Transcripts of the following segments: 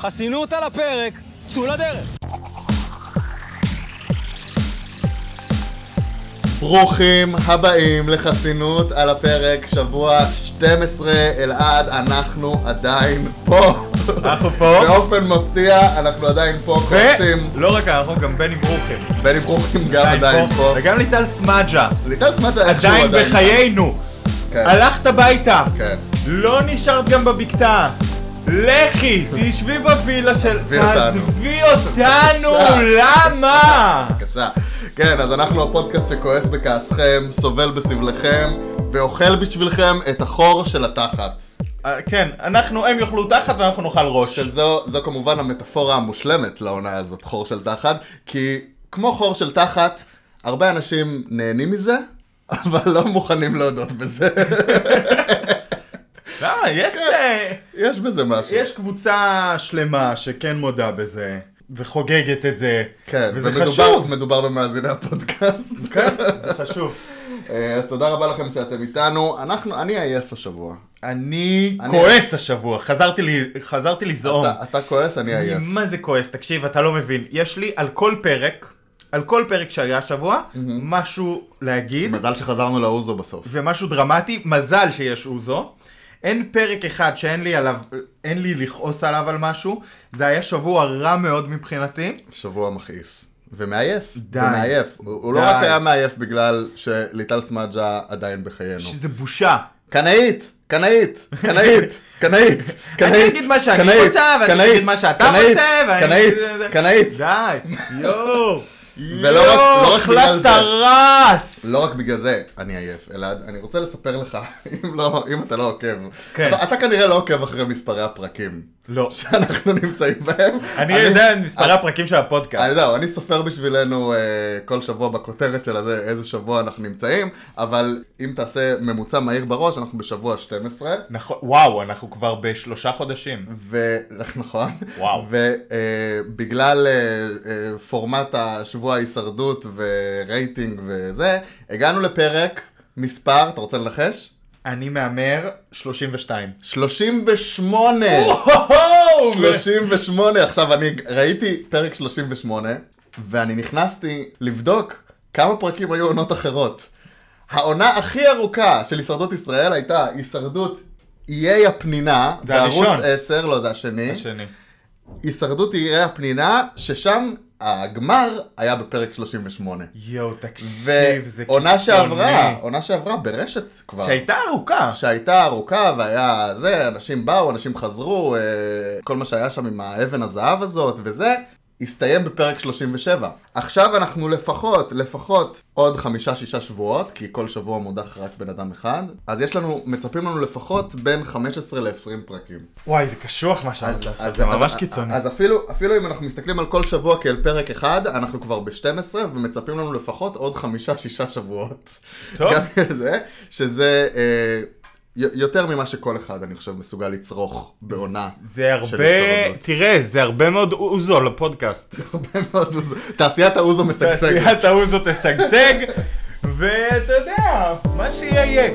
חסינות על הפרק, צאו לדרך. ברוכים הבאים לחסינות על הפרק, שבוע 12. אלעד, אנחנו עדיין פה. אנחנו פה. באופן מפתיע, אנחנו עדיין פה, כועסים. לא רק אנחנו, גם בני ברוכים. בני ברוכים גם עדיין פה. וגם ליטל סמג'ה. ליטל סמג'ה איכשהו עדיין בחיינו. כן. הלכת הביתה. כן. לא נשארת גם בבקתה. לכי, תשבי בווילה של... תעזבי אותנו, למה? בבקשה. כן, אז אנחנו הפודקאסט שכועס בכעסכם, סובל בסבלכם, ואוכל בשבילכם את החור של התחת. כן, הם יאכלו תחת ואנחנו נאכל ראש. שזו כמובן המטאפורה המושלמת לעונה הזאת, חור של תחת, כי כמו חור של תחת, הרבה אנשים נהנים מזה, אבל לא מוכנים להודות בזה. יש בזה משהו. יש קבוצה שלמה שכן מודה בזה, וחוגגת את זה, כן, וזה חשוב. מדובר במאזיני הפודקאסט. כן, זה חשוב. אז תודה רבה לכם שאתם איתנו. אני עייף השבוע. אני כועס השבוע, חזרתי לזעום. אתה כועס, אני עייף. מה זה כועס? תקשיב, אתה לא מבין. יש לי על כל פרק שהיה השבוע, משהו להגיד. מזל שחזרנו לאוזו בסוף. ומשהו דרמטי, מזל שיש אוזו. אין פרק אחד שאין לי לכעוס עליו על משהו. זה היה שבוע רע מאוד מבחינתי. שבוע מכעיס. ומעייף. די. ומעייף. הוא לא רק היה מעייף בגלל שליטל סמג'ה עדיין בחיינו. שזה בושה. קנאית. אני אגיד מה שאני רוצה, ואני אגיד מה שאתה רוצה, קנאית. די. יואו. ולא רק בגלל זה. תרס. לא רק בגלל זה אני עייף, אלעד. אני רוצה לספר לך, אם אתה לא עוקב. כן. אתה כנראה לא עוקב אחרי מספרי הפרקים. לא. שאנחנו נמצאים בהם. אני יודע את מספרי הפרקים של הפודקאסט. אני סופר בשבילנו כל שבוע בכותרת של איזה שבוע אנחנו נמצאים, אבל אם תעשה ממוצע מהיר בראש, אנחנו בשבוע 12. נכון, וואו, אנחנו כבר ב3 חודשים. נכון. וואו. ובגלל פורמט השבוע ההישרדות ורייטינג וזה, הגענו לפרק מספר, אתה רוצה לנחש? אני מאמר 32. 38! 38! עכשיו, אני ראיתי פרק 38, ואני נכנסתי לבדוק כמה פרקים היו עונות אחרות. העונה הכי ארוכה של הישרדות ישראל הייתה הישרדות איי הפנינה, בערוץ 10, לא, זה השני. הישרדות איי הפנינה, ששם הגמר היה בפרק 38. יואו, תקשיב, זה קיצוני. עונה שעברה ברשת כבר. שהייתה ארוכה, והיה זה, אנשים באו, אנשים חזרו, כל מה שהיה שם עם האבן הזהב הזאת וזה, הסתיים בפרק 37. עכשיו אנחנו לפחות עוד 5-6 שבועות, כי כל שבוע מודח רק בן אדם אחד. אז מצפים לנו לפחות בין 15 ל-20 פרקים. וואי, זה קשוח מה שאתה. זה ממש קיצוני. אז אפילו אם אנחנו מסתכלים על כל שבוע כאל פרק אחד, אנחנו כבר ב-12, ומצפים לנו לפחות עוד 5-6 שבועות. טוב. גם זה, שזה... יותר ממה שכל אחד, אני חושב, מסוגל לצרוך בעונה של הישרדות. תראה, זה הרבה מאוד אוזו לפודקאסט. הרבה מאוד אוזו. תעשיית האוזו משגשגת. תעשיית האוזו תשגשג, ואתה יודע, מה שיהיה.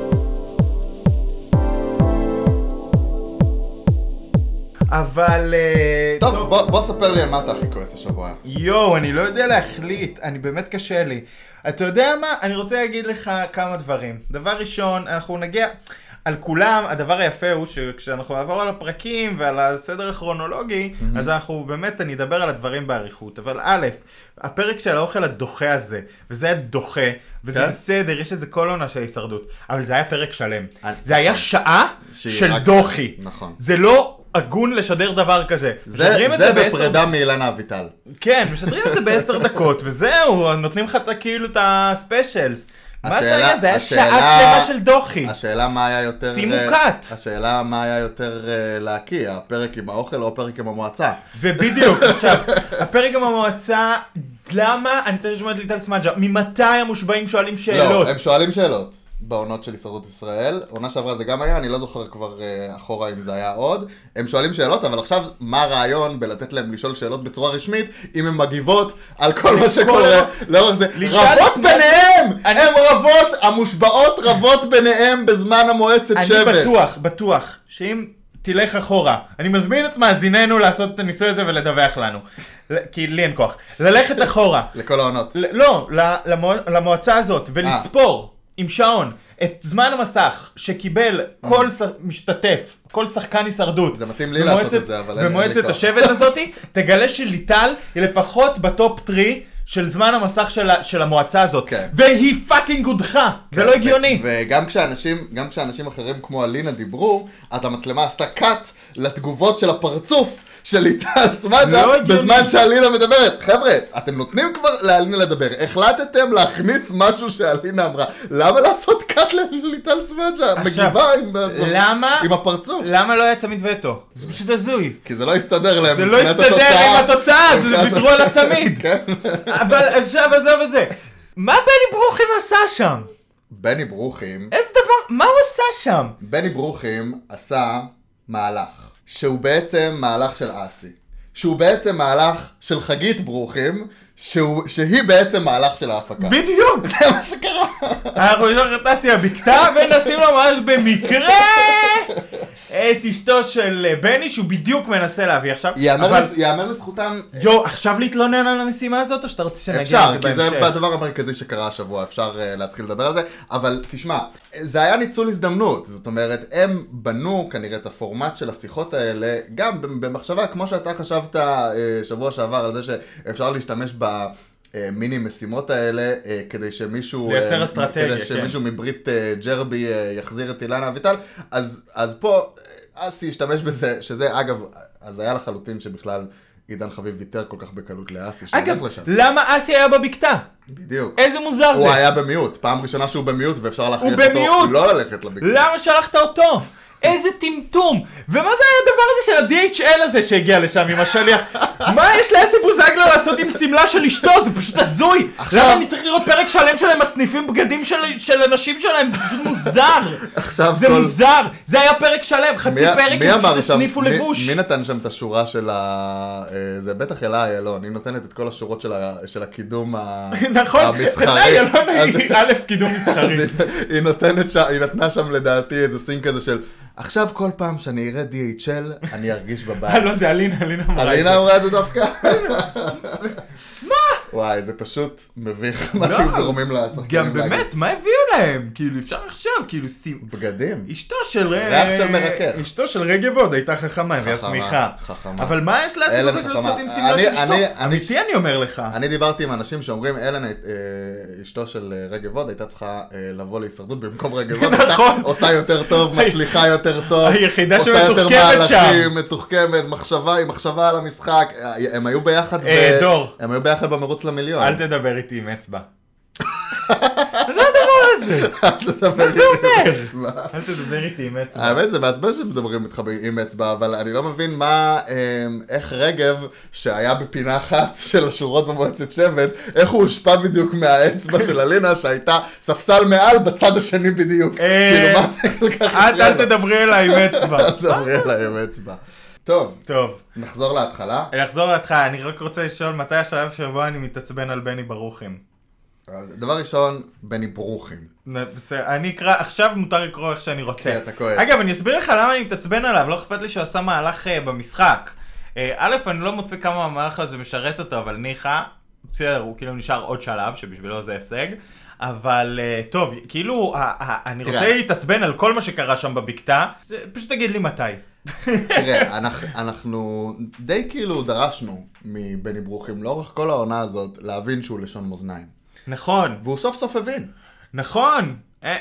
אבל... טוב, בוא ספר לי על מה אתה הכי כועס השבוע. יואו, אני לא יודע להחליט, אני באמת קשה לי. אתה יודע מה? אני רוצה להגיד לך כמה דברים. דבר ראשון, אנחנו נגיע על כולם, הדבר היפה הוא שכשאנחנו נעבור על הפרקים ועל הסדר הכרונולוגי, אז אנחנו באמת, אני אדבר על הדברים בעריכות. אבל א', הפרק של האוכל הדוחה הזה, וזה היה דוחה, וזה בסדר, יש את זה כל עונה של הישרדות, אבל זה היה פרק שלם. זה היה שעה של דוחי. נכון. זה לא... הגון לשדר דבר כזה. זה בפרידה מאילנה אביטל. כן, משדרים את זה ב10 דקות, וזהו, נותנים לך כאילו את הספיישלס. מה זה היה? זה היה שעה שלמה של דוחי. השאלה מה היה יותר... שימו קאט. השאלה מה היה יותר להקיא, הפרק עם האוכל או הפרק עם המועצה. ובדיוק, עכשיו, הפרק עם המועצה, למה? אני צריך לשמוע את ליטל סמג'ה. ממתי המושבעים שואלים שאלות? לא, הם שואלים שאלות. בעונות של הישרדות ישראל, עונה שעברה זה גם היה, אני לא זוכר כבר אחורה אם זה היה עוד, הם שואלים שאלות, אבל עכשיו מה הרעיון בלתת להם לשאול שאלות בצורה רשמית, אם הם מגיבות על כל מה שקורה, לאורך זה, רבות ביניהם, הם רבות, המושבעות רבות ביניהם בזמן המועצת שבט. אני בטוח שאם תלך אחורה. אני מזמין את מאזיננו לעשות את הניסוי הזה ולדווח לנו. כי לי אין כוח. ללכת אחורה. לכל העונות. לא, למועצה הזאת, ולספור עם שעון את זמן המסך שקיבל כל משתתף, כל שחקן הישרדות. זה מתאים לי לעשות את זה, אבל אין לי כוח. במועצת השבט הזאת, תגלה שליטל היא לפחות בטופ 3 של זמן המסך של המועצה הזאת. כן. והיא פאקינג הודחה. זה לא הגיוני. וגם כשאנשים אחרים כמו אלינה דיברו, אז המצלמה עשתה קאט לתגובות של הפרצוף של ליטל סמג'ה בזמן שאלינה מדברת. חבר'ה, אתם נותנים כבר לאלינה לדבר. החלטתם להכניס משהו שאלינה אמרה. למה לעשות קאט לליטל סמג'ה? מגיבה עם הפרצוף. למה לא יצא מתווטו? זה פשוט הזוי. כי זה לא יסתדר להם. זה לא יסתדר עם התוצאה, זה ויתרו על הצמיד. אבל עכשיו עזוב את זה. מה בני ברוכים עשה שם? בני ברוכים... איזה דבר? מה הוא עשה שם? בני ברוכים עשה מהלך. שהוא בעצם מהלך של אסי. שהוא בעצם מהלך של חגית ברוכים, שהיא בעצם מהלך של ההפקה. בדיוק! זה מה שקרה. אנחנו נשלח את אסי הבקתה ונשים לו ממש במקרה את אשתו של בני שהוא בדיוק מנסה להביא עכשיו. יאמר לזכותם... עכשיו להתלונן על המשימה הזאת או שאתה רוצה שנגיע לזה בהמשך? אפשר, כי זה הדבר המרכזי שקרה השבוע, אפשר להתחיל לדבר על זה, אבל תשמע, זה היה ניצול הזדמנות, זאת אומרת, הם בנו כנראה את הפורמט של השיחות האלה, גם במחשבה, כמו שאתה חשבת שבוע שעבר על זה שאפשר להשתמש במיני משימות האלה, כדי שמישהו... לייצר אסטרטגיה, כדי שמישהו מברית ג'רבי יחזיר את אילנה אביטל, אז פה אסי השתמש בזה, שזה אגב, אז היה לחלוטין שבכלל עידן חביב ויתר כל כך בקלות לאסי. אגב, למה אסי היה בבקתה? בדיוק. איזה מוזר זה. הוא היה במיוט, פעם ראשונה שהוא במיוט ואפשר להכריח אותו לא ללכת לבקתה. למה שלחת אותו? איזה טמטום! ומה זה היה הדבר הזה של ה-DHL הזה שהגיע לשם עם השליח? מה יש לאסי בוזגלו לעשות עם סמלה של אשתו? זה פשוט הזוי! למה אני צריך לראות פרק שלם שלהם מסניפים בגדים של אנשים שלהם? זה פשוט מוזר! זה מוזר! זה היה פרק שלם, חצי פרק הם פשוט הסניפו לבוש. מי נתן שם את השורה של זה בטח אליי, אלון, היא נותנת את כל השורות של הקידום המסחרי. נכון, אליי, אלון היא א' קידום מסחרי. היא נתנה שם לדעתי איזה סינק כזה של עכשיו כל פעם שאני אראה DHL, אני ארגיש בבית. לא, זה אלינה אמרה את זה. אלינה אמרה את זה דווקא? מה? וואי, זה פשוט מביך מה שהם גורמים לעשות. גם באמת, מה הביאו להם? כאילו, אפשר עכשיו, כאילו, בגדים. אשתו של מרכך. אשתו של רגב הייתה חכמה, והיא הסמיכה. חכמה. אבל מה יש לעשות עם סמלה של אשתו? אמיתי אני אומר לך. אני דיברתי עם אנשים שאומרים, אלן, אשתו של רגב הייתה צריכה לבוא להישרדות במקום רגב נכון. עושה יותר טוב, מצליחה יותר טוב. היחידה שמתוחכמת שם. מתוחכמת, מחשבה על המשחק. הם היו ביחד הם היו ביחד במרוץ למיליון. אל תדבר איתי עם אצבע. זה הדבר הזה. מה זה אומר? אל תדבר איתי עם אצבע. האמת זה מעצבן שמדברים איתך עם אצבע, אבל אני לא מבין איך רגב שהיה בפינה אחת של השורות במועצת שבט, איך הוא הושפע בדיוק מהאצבע של אלינה שהייתה ספסל מעל בצד השני בדיוק. כאילו מה זה כל כך... אל תדברי אליי עם אצבע. אל תדברי אליי עם אצבע. טוב. נחזור להתחלה. אני רק רוצה לשאול מתי השלב שבו אני מתעצבן על בני ברוכים. דבר ראשון, בני ברוכים. אני אקרא, עכשיו מותר לקרוא איך שאני רוצה. כן, אתה כועס. אגב, אני אסביר לך למה אני מתעצבן עליו, לא אכפת לי שהוא עשה מהלך במשחק. א', אני לא מוצא כמה המהלך הזה משרת אותו, אבל ניחא, בסדר, הוא כאילו נשאר עוד שלב, שבשבילו זה הישג. אבל טוב, כאילו, אני רוצה להתעצבן על כל מה שקרה שם בבקתה, פשוט תגיד לי מתי. תראה, אנחנו די כאילו דרשנו מבני ברוכים לאורך כל העונה הזאת להבין שהוא לשון מאזניים. נכון. והוא סוף סוף הבין. נכון.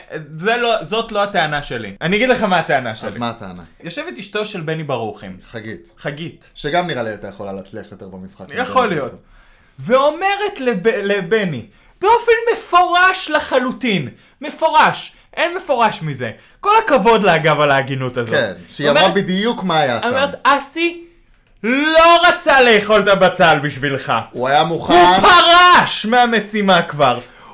זאת לא הטענה שלי. אני אגיד לך מה הטענה שלי. אז מה הטענה? יושבת אשתו של בני ברוכים. חגית. שגם נראה לי אתה יכולה להצליח יותר במשחק. יכול להיות. ואומרת לבני, באופן מפורש לחלוטין. מפורש. אין מפורש מזה. כל הכבוד לאגב על ההגינות הזאת. כן, שהיא אמרה בדיוק מה היה שם. אומרת, אסי לא רצה לאכול את הבצל בשבילך. הוא היה מוכן. הוא פרש מהמשימה כבר.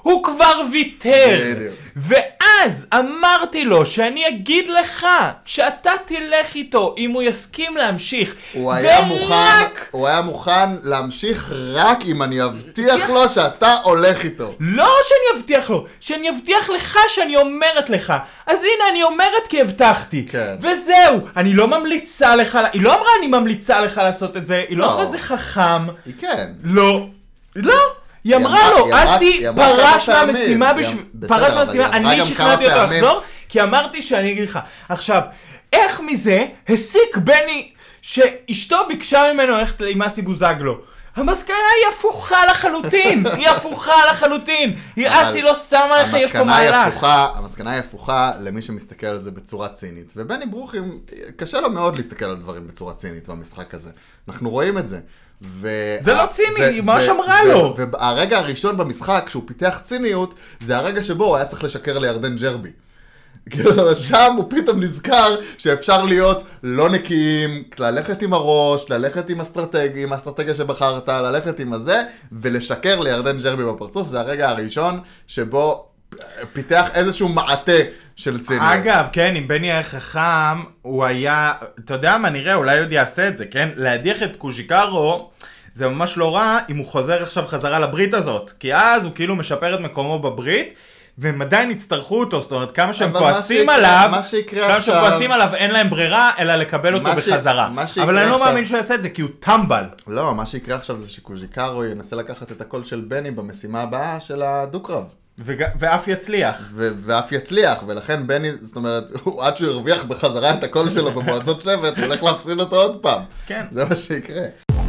הוא כבר ויתר. ואז אמרתי לו שאני אגיד לך שאתה תלך איתו אם הוא יסכים להמשיך. הוא היה מוכן להמשיך רק אם אני אבטיח לו שאתה הולך איתו. לא שאני אבטיח לו, שאני אבטיח לך שאני אומרת לך. אז הנה אני אומרת כי הבטחתי. כן. וזהו, אני לא ממליצה לך, היא לא אמרה אני ממליצה לך לעשות את זה, היא לא אמרה זה חכם. היא כן. לא. היא אמרה לו, אסי פרש מהמשימה, אני שכנעתי אותו לחזור, כי אמרתי שאני אגיד לך. עכשיו, איך מזה הסיק בני שאשתו ביקשה ממנו ללכת עם אסי בוזגלו? המסקנה היא הפוכה לחלוטין, אסי לא שמה לך, יש פה מהלך. המסקנה היא הפוכה למי שמסתכל על זה בצורה צינית, ובני ברוכים, קשה לו מאוד להסתכל על דברים בצורה צינית במשחק הזה, אנחנו רואים את זה. זה לא ציני, היא ממש אמרה לו. והרגע הראשון במשחק שהוא פיתח ציניות, זה הרגע שבו הוא היה צריך לשקר לירדן ג'רבי. כאילו שם הוא פתאום נזכר שאפשר להיות לא נקיים, ללכת עם הראש, ללכת עם האסטרטגיה שבחרת, ללכת עם הזה, ולשקר לירדן ג'רבי בפרצוף. זה הרגע הראשון שבו פיתח איזשהו מעטה של ציניות. אגב, כן, אם בני היה חכם, הוא היה, אתה יודע מה, נראה, אולי עוד יעשה את זה, כן? להדיח את קוז'יקארו, זה ממש לא רע אם הוא חוזר עכשיו חזרה לברית הזאת, כי אז הוא כאילו משפר את מקומו בברית, והם עדיין יצטרכו אותו, זאת אומרת, כמה שהם כועסים עליו, אין להם ברירה, אלא לקבל אותו בחזרה. אבל אני לא מאמין שהוא יעשה את זה, כי הוא טמבל. לא, מה שיקרה עכשיו זה שקוז'יקארו ינסה לקחת את הקול של בני במשימה הבאה של הדו-קרב. ואף יצליח. ואף יצליח, ולכן בני, זאת אומרת, עד שהוא ירוויח בחזרה את הקול שלו במועצות שבט, הוא הולך להפסיד אותו עוד פעם. כן. זה מה שיקרה.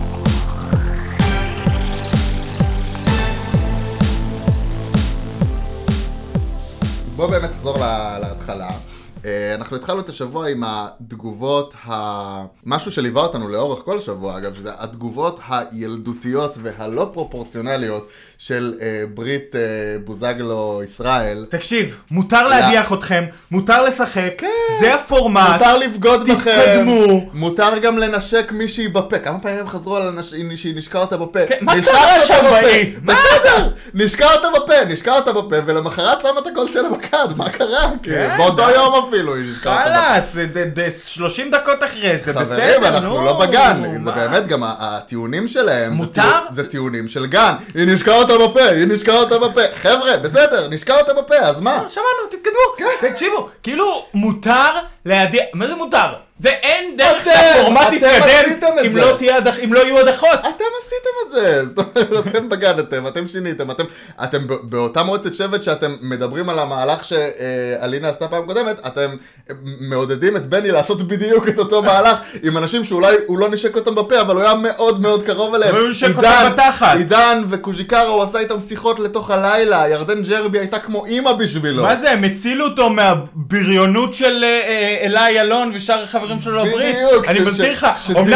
בוא באמת נחזור להתחלה. אנחנו התחלנו את השבוע עם התגובות, משהו שליווה אותנו לאורך כל השבוע, אגב, שזה התגובות הילדותיות והלא פרופורציונליות של ברית בוזגלו ישראל. תקשיב, מותר להדיח אתכם, מותר לשחק, זה הפורמט, מותר לבגוד בכם, תתקדמו. מותר גם לנשק מישהי בפה. כמה פעמים הם חזרו על שהיא נשקה אותה בפה? מה קרה שם באי? בסדר, נשקה אותה בפה, ולמחרת שם את הקול שלה בכד. מה קרה? באותו יום אפילו היא נשקה אותה בפה. חלאס, 30 דקות אחרי, זה בסדר, נו. חברים, אנחנו לא בגן. זה באמת גם הטיעונים שלהם, זה טיעונים של גן. היא נשקה אותה בפה, חבר'ה, בסדר, נשקה אותה בפה, אז מה? שמענו, תתקדמו, תקשיבו, כאילו מותר להדיח, מה זה מותר? זה אין דרך שהפורמט יתקדם אם לא יהיו הדחות. אתם עשיתם את זה, זאת אומרת, אתם בגדתם, אתם שיניתם, אתם באותה מועצת שבט שאתם מדברים על המהלך שאלינה עשתה פעם קודמת, אתם מעודדים את בני לעשות בדיוק את אותו מהלך עם אנשים שאולי הוא לא נשק אותם בפה, אבל הוא היה מאוד מאוד קרוב אליהם. הוא נשק אותם בתחת. עידן וקוז'יקארו, הוא עשה איתם שיחות לתוך הלילה, ירדן ג'רבי הייתה כמו אמא בשבילו. מה זה, הם הצילו אותו מהבריונות של אלי אלון ושאר החברים שלו לברית. אני מזכיר לך,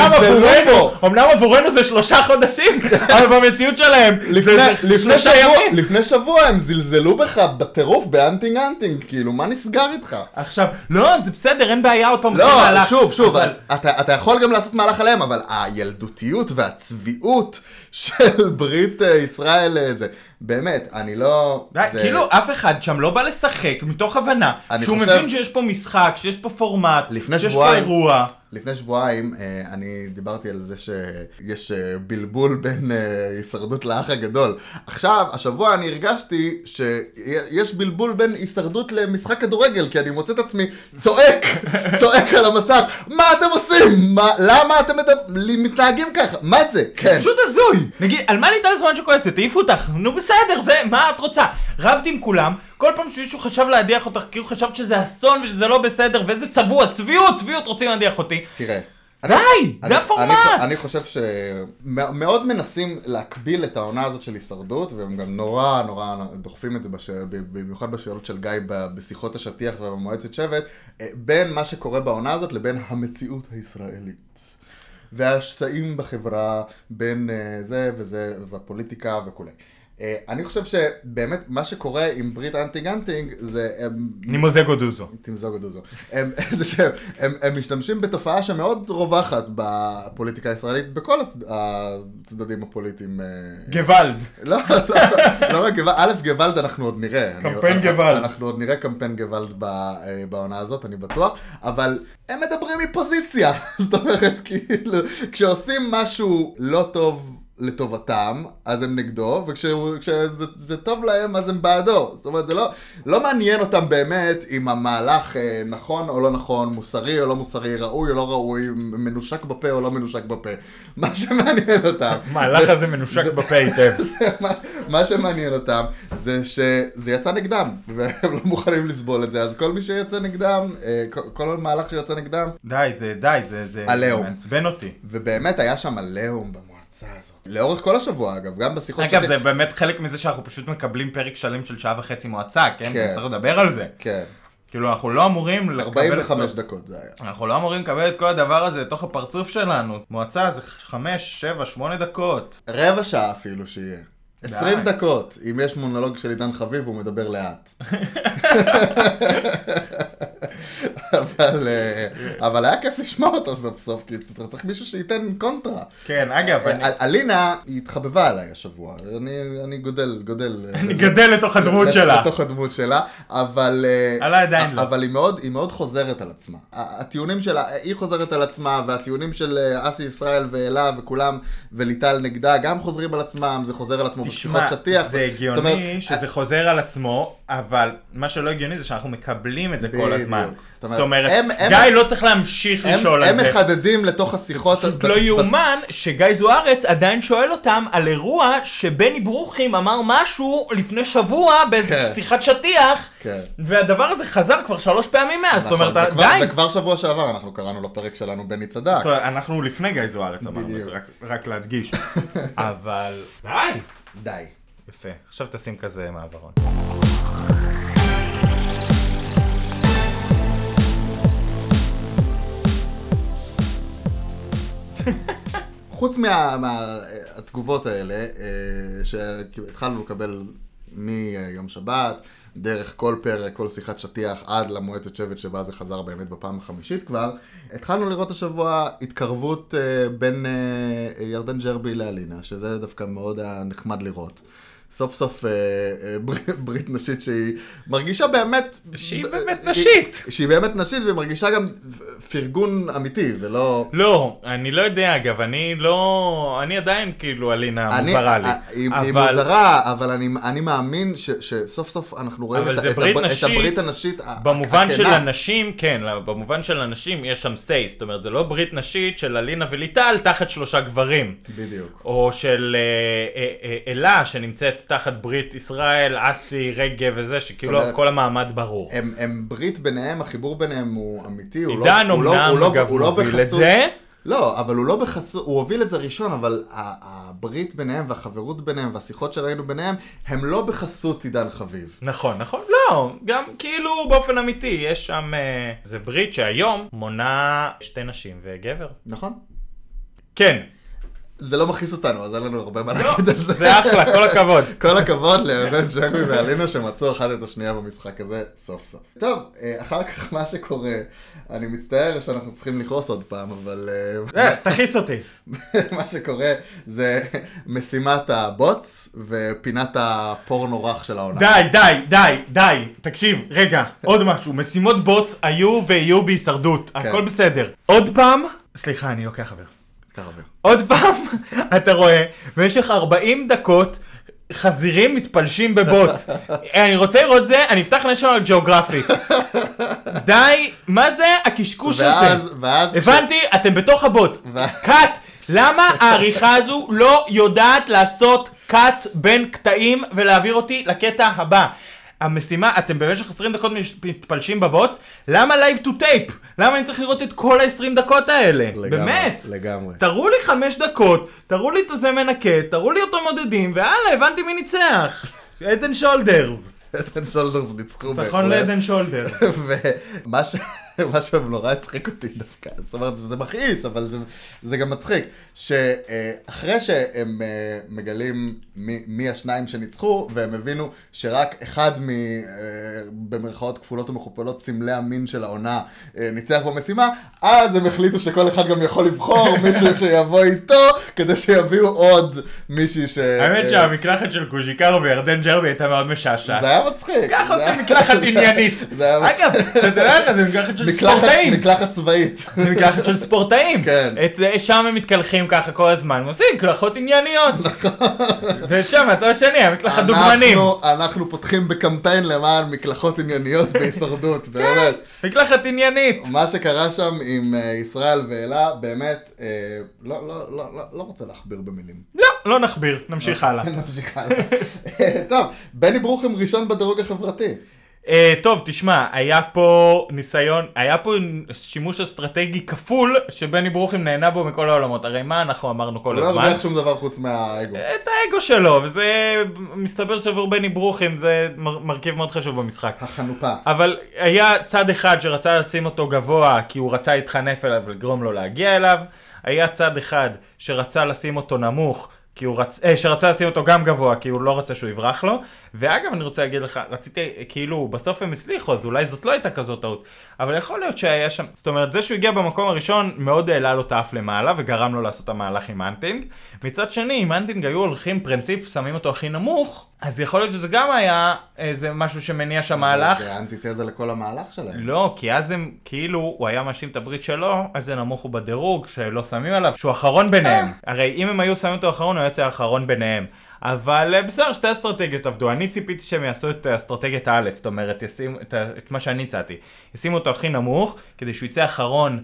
אמנם עבורנו זה 3 חודשים, אבל במציאות שלהם לפני שבוע הם זלזלו בך בטירוף באנטינג, כאילו מה נסגר איתך? עכשיו, לא, זה בסדר, אין בעיה עוד פעם. לא, שוב, אתה יכול גם לעשות מהלך עליהם, אבל הילדותיות והצביעות של ברית ישראל זה באמת, אני לא... כאילו אף אחד שם לא בא לשחק מתוך הבנה שהוא מבין שיש פה משחק, שיש פה פורמט, שיש פה אירוע. לפני שבועיים אני דיברתי על זה שיש בלבול בין הישרדות לאח הגדול. עכשיו, השבוע אני הרגשתי שיש בלבול בין הישרדות למשחק כדורגל, כי אני מוצא את עצמי צועק על המסך. מה אתם עושים? למה אתם מתנהגים ככה? מה זה? כן. פשוט הזוי. נגיד, על מה ניתן לזמן שכועסת? תעיפו אותך. נו בסדר, זה, מה את רוצה? רבתי עם כולם, כל פעם שמישהו חשב להדיח אותך, כאילו חשב שזה אסון ושזה לא בסדר, ואיזה צביעות רוצים להדיח אותי. תראה. די! זה הפורמט! אני חושב שמאוד מנסים להקביל את העונה הזאת של הישרדות, והם גם נורא דוחפים את זה, במיוחד בשאלות של גיא בשיחות השטיח ובמועצת שבט, בין מה שקורה בעונה הזאת לבין המציאות הישראלית. והשסעים בחברה בין זה וזה, והפוליטיקה וכו'. אני חושב שבאמת מה שקורה עם ברית אנטי-גנטינג זה... נימוזגו דוזו. תמזוגו דוזו. זה שהם משתמשים בתופעה שמאוד רווחת בפוליטיקה הישראלית, בכל הצדדים הפוליטיים. גוואלד. לא רק גוואלד, א' גוואלד אנחנו עוד נראה. קמפיין גוואלד. אנחנו עוד נראה קמפיין גוואלד בעונה הזאת, אני בטוח, אבל הם מדברים מפוזיציה. זאת אומרת, כאילו, כשעושים משהו לא טוב לטובתם, אז הם נגדו, וכשזה טוב להם, אז הם בעדו. זאת אומרת, זה לא מעניין אותם באמת אם המהלך נכון או לא נכון, מוסרי או לא מוסרי, ראוי או לא ראוי, מנושק בפה או לא מנושק בפה. מה שמעניין אותם... מהלך הזה מנושק בפה היטב. מה שמעניין אותם זה שזה יצא נגדם, והם לא מוכנים לסבול את זה, אז כל מי שיצא נגדם, כל מהלך שיוצא נגדם... די, זה מעצבן אותי. ובאמת היה שם עליהום במועצה הזאת. לאורך כל השבוע, אגב, גם בשיחות אגב, זה באמת חלק מזה שאנחנו פשוט מקבלים פרק שלם של 1.5 שעה מועצה, כן? צריך לדבר על זה. כן. כאילו, אנחנו לא אמורים לקבל... 45 דקות זה היה. אנחנו לא אמורים לקבל את כל הדבר הזה לתוך הפרצוף שלנו. מועצה זה 5, 7, 8 דקות. רבע שעה אפילו שיהיה. 20 דקות, אם יש מונולוג של עידן חביב, הוא מדבר לאט. אבל היה כיף לשמוע אותו סוף סוף, כי צריך מישהו שייתן קונטרה. כן, אגב, אלינה, היא התחבבה עליי השבוע. אני גודל. אני גדל לתוך הדמות שלה. לתוך הדמות שלה, אבל... עליי עדיין לא. אבל היא מאוד חוזרת על עצמה. הטיעונים שלה, היא חוזרת על עצמה, והטיעונים של אסי ישראל ואלה וכולם, וליטל נגדה, גם חוזרים על עצמם, זה חוזר על עצמו בשיחות שטיח. זה הגיוני שזה חוזר על עצמו, אבל מה שלא הגיוני זה שאנחנו מקבלים את זה כל הזמן. זאת אומרת, גיא לא צריך להמשיך לשאול על זה. הם מחדדים לתוך השיחות. לא יאומן שגיא זוארץ עדיין שואל אותם על אירוע שבני ברוכים אמר משהו לפני שבוע בשיחת שטיח, והדבר הזה חזר כבר 3 פעמים מאז. זאת אומרת, די. וכבר שבוע שעבר אנחנו קראנו לפרק שלנו בני צדק. אנחנו לפני גיא זוארץ אמרנו את זה, רק להדגיש. אבל די. יפה. עכשיו תשים כזה מעברון. חוץ מהתגובות האלה, שהתחלנו לקבל מיום שבת, דרך כל פרק, כל שיחת שטיח, עד למועצת שבט שבה זה חזר באמת בפעם החמישית כבר, התחלנו לראות השבוע התקרבות בין ירדן ג'רבי לאלינה, שזה דווקא מאוד נחמד לראות. סוף סוף ברית נשית שהיא מרגישה באמת... שהיא באמת נשית. שהיא באמת נשית והיא מרגישה גם פרגון אמיתי ולא... לא, אני לא יודע אגב, אני עדיין כאילו אלינה מוזרה לי. היא מוזרה, אבל אני מאמין שסוף סוף אנחנו רואים את הברית הנשית הכנה. במובן של אנשים, כן, במובן של אנשים יש שם סי, זאת אומרת זה לא ברית נשית של אלינה וליטל תחת 3 גברים. בדיוק. או של אלה שנמצאת תחת ברית ישראל, אסי, רגב וזה, שכאילו כל המעמד ברור. הם ברית ביניהם, החיבור ביניהם הוא אמיתי, עידן אומנם אגב הוביל את זה. לא, אבל הוא לא בחסות, הוא הוביל את זה ראשון, אבל הברית ביניהם והחברות ביניהם והשיחות שראינו ביניהם, הם לא בחסות עידן חביב. נכון, לא, גם כאילו באופן אמיתי, יש שם, זה ברית שהיום מונה 2 נשים וגבר. נכון. כן. זה לא מכניס אותנו, אז אין לנו הרבה מה להגיד על זה. זה אחלה, כל הכבוד. כל הכבוד לירדן ג'רבי ואלינה שמצאו אחד את השנייה במשחק הזה, סוף סוף. טוב, אחר כך מה שקורה, אני מצטער שאנחנו צריכים לכעוס עוד פעם, אבל... תכיס אותי. מה שקורה זה משימת הבוץ ופינת הפורנו רך של העונה. די, תקשיב, רגע, עוד משהו, משימות בוץ היו ויהיו בהישרדות, הכל בסדר. עוד פעם, סליחה, אני לוקח חבר. עוד פעם, אתה רואה, במשך 40 דקות חזירים מתפלשים בבוט. אני רוצה לראות זה, אני אפתח national geographic. די, מה זה הקשקוש הזה? הבנתי, אתם בתוך הבוט. קאט, למה העריכה הזו לא יודעת לעשות קאט בין קטעים ולהעביר אותי לקטע הבא? המשימה, אתם במשך 20 דקות מתפלשים בבוץ, למה live to tape? למה אני צריך לראות את כל ה-20 דקות האלה? באמת? לגמרי. תראו לי 5 דקות, תראו לי את הזה מנקה, תראו לי אותו מודדים, והלאה, הבנתי מי ניצח. עדן שולדרס. עדן שולדרס ניצחו. נכון לעדן שולדרס. מה שנורא הצחיק אותי דווקא, זאת אומרת, זה מכעיס, אבל זה גם מצחיק, שאחרי שהם מגלים מי השניים שניצחו, והם הבינו שרק אחד במרכאות כפולות ומכופלות סמלי המין של העונה ניצח במשימה, אז הם החליטו שכל אחד גם יכול לבחור מישהו שיבוא איתו, כדי שיביאו עוד מישהי האמת שהמקלחת של קוז'יקרו וירדן ג'רבי הייתה מאוד משעשעת. זה היה מצחיק. ככה עושים מקלחת עניינית. אגב, אתה יודע לך, זה מקלחת של ספורטאים. מקלחת צבאית. זה מקלחת של ספורטאים. כן. שם הם מתקלחים ככה כל הזמן, עושים מקלחות ענייניות. ושם, הצד השני, המקלחת דוגמנים. אנחנו פותחים בקמפיין למען מקלחות ענייניות בהישרדות, באמת. מקלחת עניינית. מה שקרה שם עם ישראל ואלה, באמת, לא רוצה להכביר במילים. לא נכביר, נמשיך הלאה. נמשיך הלאה. טוב, בני ברוכם ראשון בדירוג החברתי. טוב, תשמע, היה פה שימוש אסטרטגי כפול, שבני ברוכם נהנה בו מכל העולמות. הרי מה אנחנו אמרנו כל הזמן? לא הרוויח שום דבר חוץ מהאגו. את האגו שלו, וזה מסתבר שעבור בני ברוכם זה מרכיב מאוד חשוב במשחק. החנופה. אבל היה צד אחד שרצה לשים אותו גבוה, כי הוא רצה להתחנף אליו ולגרום לו להגיע אליו. היה צד אחד שרצה לשים אותו נמוך, שרצה לשים אותו גם גבוה, כי הוא לא רצה שהוא יברח לו. ואגב, אני רוצה להגיד לך, רציתי, כאילו, בסוף הם הצליחו, אז אולי זאת לא הייתה כזאת טעות. אבל יכול להיות שהיה שם, זאת אומרת, זה שהוא הגיע במקום הראשון, מאוד העלה לו את האף למעלה, וגרם לו לעשות את המהלך עם אנטינג. מצד שני, אם אנטינג היו הולכים פרינציפ, שמים אותו הכי נמוך, אז יכול להיות שזה גם היה איזה משהו שמניע שם מהלך. זה אנטיתזה לכל המהלך שלהם. לא, כי אז הם, כאילו, הוא היה מאשים את הברית שלו, אז זה נמוך הוא בדירוג, שלא שמים עליו, שהוא אחרון ביניהם. הרי אם הם היו שמים אותו אחרון, הוא יוצא האחרון ביניהם. אבל בסדר, שתי אסטרטגיות עבדו. אני ציפיתי שהם יעשו את אסטרטגיית א', זאת אומרת, ישימו את מה שאני הצעתי. ישימו אותו הכי נמוך, כדי שהוא יצא אחרון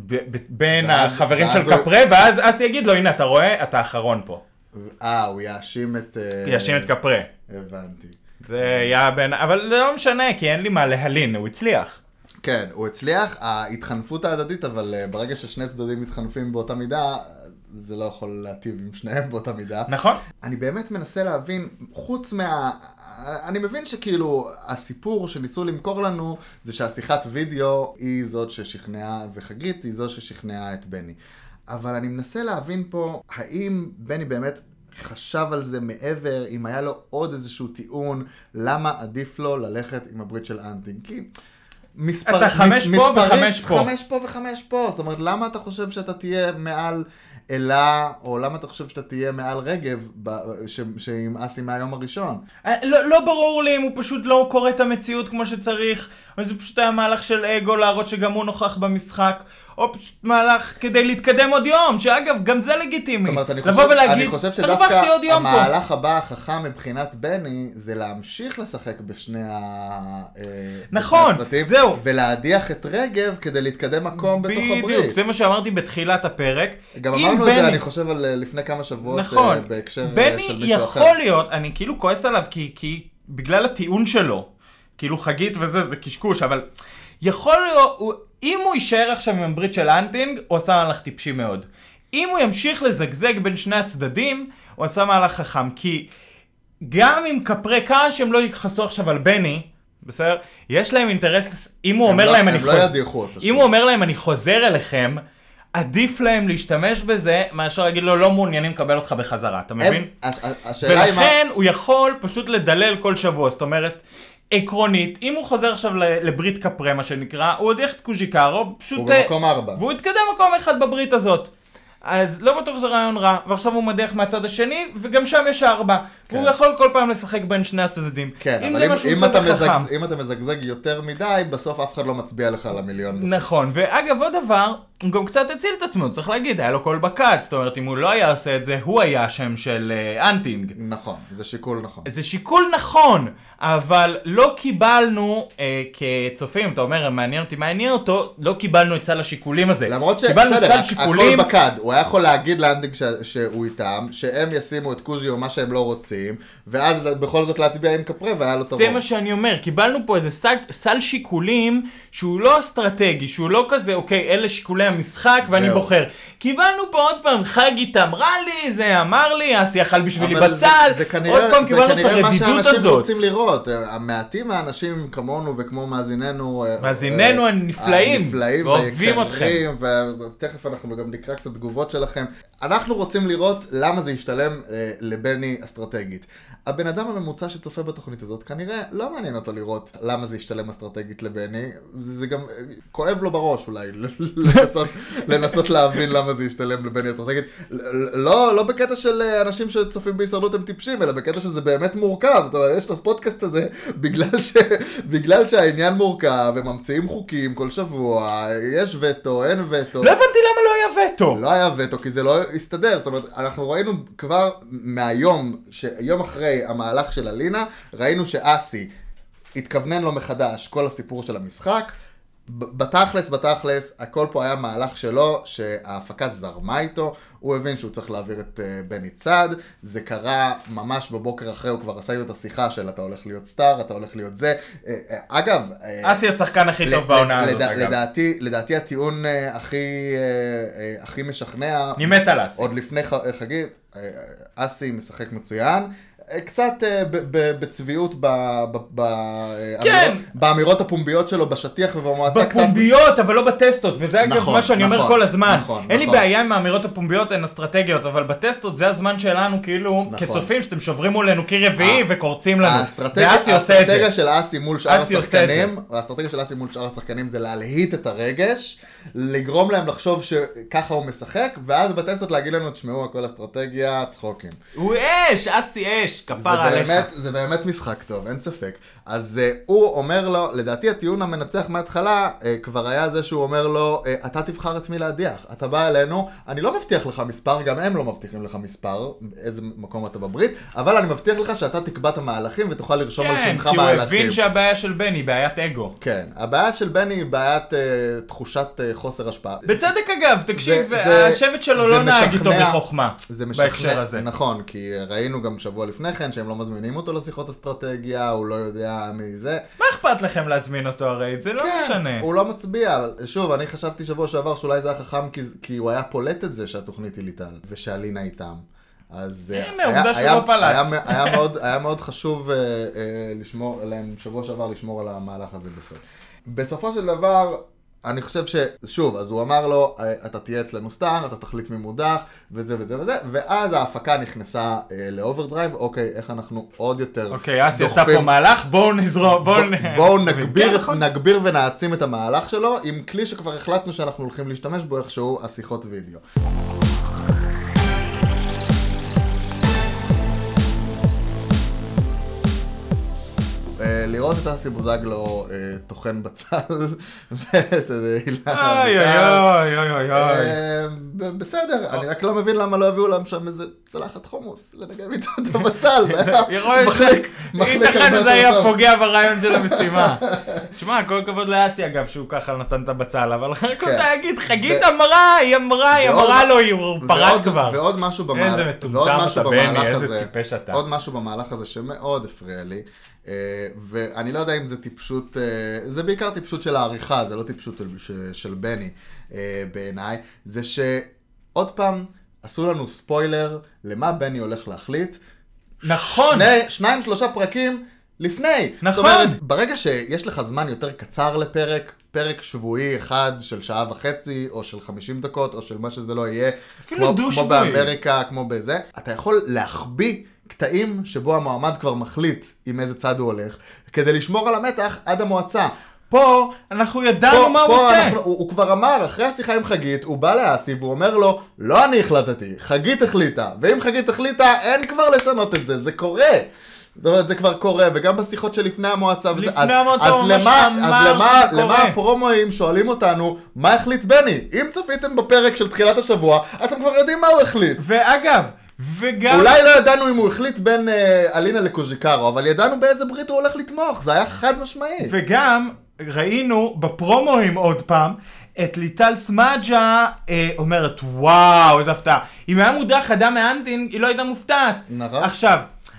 בין החברים של קפרה, ואז יגיד לו, הנה, אתה רואה, אתה האחרון פה. הוא יאשים את... יאשים את קפרה. הבנתי. זה היה בין... אבל זה לא משנה, כי אין לי מה להלין, הוא הצליח. כן, הוא הצליח, ההתחנפות ההדדית, אבל ברגע ששני צדדים מתחנפים באותה מידה, זה לא יכול להטיב עם שניהם באותה מידה. נכון. אני באמת מנסה להבין, חוץ אני מבין שכאילו הסיפור שניסו למכור לנו זה שהשיחת וידאו היא זאת ששכנעה, וחגית היא זאת ששכנעה את בני. אבל אני מנסה להבין פה, האם בני באמת חשב על זה מעבר, אם היה לו עוד איזשהו טיעון, למה עדיף לו ללכת עם הברית של אנטינג? כי אתה 5 פה ו5 פה. 5 פה ו5 פה. זאת אומרת, למה אתה חושב שאתה תהיה מעל אלה, או למה אתה חושב שאתה תהיה מעל רגב, שעם אסי מהיום הראשון? לא ברור לי אם הוא פשוט לא קורא את המציאות כמו שצריך, או זה פשוט היה מהלך של אגו להראות שגם הוא נוכח במשחק, או פשוט מהלך כדי להתקדם עוד יום, שאגב, גם זה לגיטימי. זאת אומרת, אני חושב שדווקא המהלך הבא החכם מבחינת בני, זה להמשיך לשחק בשני נכון, זהו. ולהדיח את רגב כדי להתקדם מקום בתוך הברית. בדיוק, זה מה שאמרתי בתחילת הפרק. גם אמרנו את זה, אני חושב, על לפני כמה שבועות, נכון. בהקשר של בני מישהו אחר. יכול להיות, אני כאילו כועס עליו, כי בגלל הטיעון שלו, כאילו חגית וזה, זה קשקוש, אבל יכול להיות, אם הוא יישאר עכשיו עם הברית של אנטינג, הוא עשה מהלך טיפשי מאוד. אם הוא ימשיך לזגזג בין שני הצדדים, הוא עשה מהלך חכם. כי גם אם קפרה כאן שהם לא יכחסו עכשיו על בני, בסדר? יש להם אינטרס, אם הוא אומר להם אני חוזר אליכם, עדיף להם להשתמש בזה, מאשר להגיד לו לא מעוניינים לקבל אותך בחזרה, אתה מבין? ולכן הוא יכול פשוט לדלל כל שבוע, זאת אומרת, עקרונית, אם הוא חוזר עכשיו לברית קפרה, מה שנקרא, הוא הודיח את קוז'יקרו, הוא במקום 4. והוא התקדם מקום אחד בברית הזאת. אז לא בטוח זה רעיון רע, ועכשיו הוא מדיח מהצד השני, וגם שם יש 4. כן. והוא יכול כל פעם לשחק בין שני הצדדים. כן, אבל אם אתה מזגזג יותר מדי, בסוף אף אחד לא מצביע לך על המיליון. בסוף. נכון, ואגב עוד דבר, הוא גם קצת הציל את עצמו, צריך להגיד, היה לו קול בקץ, זאת אומרת, אם הוא לא היה עושה את זה, הוא היה השם של אנטינג. נכון, זה שיקול נכון. זה שיקול נכון, אבל לא קיבלנו, כצופים, אתה אומר, מעניין אותו, לא קיבלנו את סל השיקולים הזה. למרות שבסדר, הכל בקד, הוא היה יכול להגיד לאנטינג שהוא איתם, שהם ישימו את קוז'י או מה שהם לא רוצים, ואז בכל זאת להצביע עם קפרה, והיה לו תרוב. זה מה שאני אומר, קיבלנו פה איזה סל שיקולים, שהוא לא אסטרטגי, שהוא לא כזה, אוקיי, אלה שיקולי המשחק ואני בוחר. קיבלנו פה עוד פעם, חגית אמרה לי, זה אמר לי, אסי אכל בשבילי בצל, עוד פעם קיבלנו את הרדידות הזאת. זה כנראה מה שאנשים רוצים לראות, המעטים מהאנשים כמונו וכמו מאזיננו הנפלאים, ואוהבים אתכם. ותכף אנחנו גם נקרא קצת תגובות שלכם. אנחנו רוצים לראות למה זה ישתלם לבני אסטרטגית. הבן אדם הממוצע שצופה בתוכנית הזאת כנראה לא מעניין אותו לראות למה זה ישתלם אסטרטגית לבני, זה גם כואב לו בראש אולי לנסות להבין למה זה ישתלם לבני אסטרטגית, לא בקטע של אנשים שצופים בהישרדות הם טיפשים, אלא בקטע שזה באמת מורכב, זאת אומרת, יש את הפודקאסט הזה בגלל שהעניין מורכב, הם ממציאים חוקים כל שבוע, יש וטו, אין וטו. לא הבנתי למה לא היה וטו. לא היה וטו, כי זה לא הסתדר, זאת אומרת, אנחנו ראינו כבר מהיום, יום אחרי המהלך של אלינה, ראינו שאסי התכוונן לו מחדש כל הסיפור של המשחק, בתכלס, הכל פה היה מהלך שלו, שההפקה זרמה איתו, הוא הבין שהוא צריך להעביר את בני צד, זה קרה ממש בבוקר אחרי, הוא כבר עשה לו את השיחה של אתה הולך להיות סטאר, אתה הולך להיות זה. אגב, אסי השחקן הכי טוב בעונה הזאת, אגב. לדעתי הטיעון הכי משכנע, אני מת על אסי. עוד לפני חגית, אסי משחק מצוין, קצת בצביעות באמירות הפומביות שלו, בשטיח ובמועצה. בפומביות, אבל לא בטסטות, וזה אגב מה שאני אומר כל הזמן. אין לי בעיה עם האמירות הפומביות, הן אסטרטגיות, אבל בטסטות זה הזמן שלנו, כאילו, כצופים שאתם שוברים מולנו כרביעי וקורצים לנו. האסטרטגיה של אסי מול שאר השחקנים, זה להלהיט את הרגש, לגרום להם לחשוב שככה הוא משחק, ואז בטסטות להגיד לנו, תשמעו, הכל אסטרטגיה, צחוקים. הוא אש, אסי אש. זה באמת משחק טוב, אין ספק. אז הוא אומר לו, לדעתי הטיעון המנצח מההתחלה, כבר היה זה שהוא אומר לו, אתה תבחר את מי להדיח, אתה בא אלינו, אני לא מבטיח לך מספר, גם הם לא מבטיחים לך מספר, איזה מקום אתה בברית, אבל אני מבטיח לך שאתה תקבע את המהלכים ותוכל לרשום על שמך מהלכים. כן, כי הוא הבין שהבעיה של בני היא בעיית אגו. כן, הבעיה של בני היא בעיית תחושת חוסר השפעה. בצדק אגב, תקשיב, השבט שלו לא נהג איתו בחוכמה, בהקשר הזה. נכון, כי ראינו גם שבוע לפני כן שהם לא מזמינים אותו לשיחות אסטרטגיה, הוא לא יודע מי זה. מה אכפת לכם להזמין אותו הרי? זה לא משנה. הוא לא מצביע, אבל שוב, אני חשבתי שבוע שעבר שאולי זה היה חכם כי הוא היה פולט את זה שהתוכנית היא ליטל, ושאלינה איתם. אז היה מאוד חשוב לשמור עליהם שבוע שעבר, לשמור על המהלך הזה בסוף. בסופו של דבר, אני חושב ששוב, אז הוא אמר לו, אתה תהיה אצלנו סטאר, אתה תחליט ממודח, וזה וזה וזה, ואז ההפקה נכנסה לאוברדרייב, אוקיי, איך אנחנו עוד יותר דוחפים. אוקיי, אסי עשה פה מהלך, בואו נגביר ונעצים את המהלך שלו, עם כלי שכבר החלטנו שאנחנו הולכים להשתמש בו, איכשהו השיחות וידאו. לראות את אסי בוזגלו תוכן בצל ואת אילנה בסדר, אני רק לא מבין למה לא הביאו להם שם איזה צלחת חומוס לנגב איתו את הבצל, ייתכן זה היה פוגע ברעיון של המשימה. תשמע, כל כבוד לאסי אגב שהוא ככה נתן את הבצל, אבל רק רוצה להגיד, חגית אמרה, היא אמרה לו, הוא פרש כבר. ועוד משהו במהלך הזה שמאוד הפריע לי, ואני לא יודע אם זה טיפשות, זה בעיקר טיפשות של העריכה, זה לא טיפשות של בני בעיניי, זה שעוד פעם עשו לנו ספוילר למה בני הולך להחליט. נכון. 2-3 פרקים לפני. נכון. זאת אומרת, ברגע שיש לך זמן יותר קצר לפרק, פרק שבועי אחד של 1.5 שעה, או של 50 דקות, או של מה שזה לא יהיה, אפילו כמו באמריקה, כמו בזה, אתה יכול להחביא קטעים שבו המועמד כבר מחליט עם איזה צד הוא הולך, כדי לשמור על המתח עד המועצה. פה אנחנו ידענו מה הוא עושה. הוא כבר אמר, אחרי השיחה עם חגית, הוא בא לאסי והוא אומר לו, לא אני החלטתי, חגית החליטה. ואם חגית החליטה, אין כבר לשנות את זה, זה קורה. זאת אומרת, זה כבר קורה, וגם בשיחות שלפני המועצה. לפני המועצה אז למה הפרומואים שואלים אותנו, מה החליט בני? אם צפיתם בפרק של תחילת השבוע, אתם כבר יודעים מה הוא החליט. ואגב, וגם... אולי לא ידענו אם הוא החליט בין אלינה לקוז'יקרו, אבל ידענו באיזה ברית הוא הולך לתמוך, זה היה חד משמעי. וגם ראינו בפרומואים עוד פעם, את ליטל סמאג'ה אומרת, וואו, איזה הפתעה. אם היה מודח אדם מאנטינג, היא לא הייתה מופתעת. נכון. עכשיו,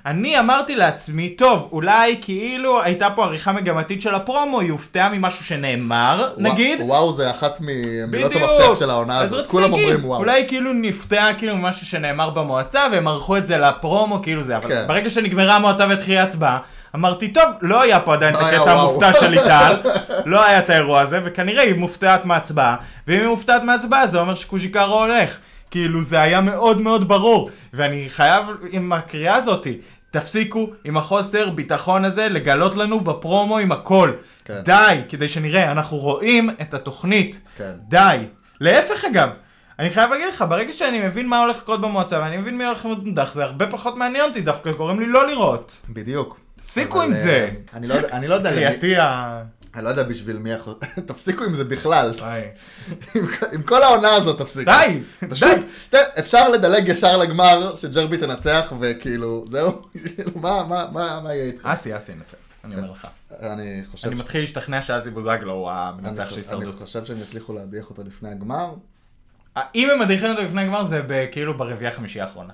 אני אמרתי לעצמי, טוב, אולי כאילו הייתה פה עריכה מגמתית של הפרומו, היא הופתעה ממשהו שנאמר, נגיד. וואו, זה אחת ממילות המפתח של העונה הזאת, כולם אומרים וואו. אולי כאילו נפתעה כאילו ממשהו שנאמר במועצה, והם ערכו את זה לפרומו, כאילו זה, אבל ברגע שנגמרה המועצה והתחילה הצבעה, אמרתי, טוב, לא היה פה עדיין את הקטע המופתע של ליטל, לא היה את האירוע הזה, וכנראה היא מופתעת מהצבעה, ואם היא מופתעת מהצבעה, זה אומר שקוז'יקרו הולך. כאילו זה היה מאוד מאוד ברור, ואני חייב עם הקריאה הזאת, תפסיקו עם החוסר ביטחון הזה לגלות לנו בפרומו עם הכל. כן. די, כדי שנראה, אנחנו רואים את התוכנית. כן. די. להפך אגב, אני חייב להגיד לך, ברגע שאני מבין מה הולך לקרות במועצה, ואני מבין מי הולך למודח, זה הרבה פחות מעניין אותי, דווקא קוראים לי לא לראות. בדיוק. תפסיקו עם זה. אני לא יודע חייתי אני לא יודע בשביל מי יכול... תפסיקו עם זה בכלל. עם כל העונה הזאת תפסיקו. די! פשוט, אפשר לדלג ישר לגמר שג'רבי תנצח וכאילו, זהו? מה יהיה איתך? אסי נצח, אני אומר לך. אני חושב... אני מתחיל להשתכנע שאסי בוזגלו הוא המנצח של הישרדות. אני חושב שהם יצליחו להדיח אותו לפני הגמר. אם הם מדיחים אותו לפני הגמר זה כאילו ברביעייה החמישייה האחרונה.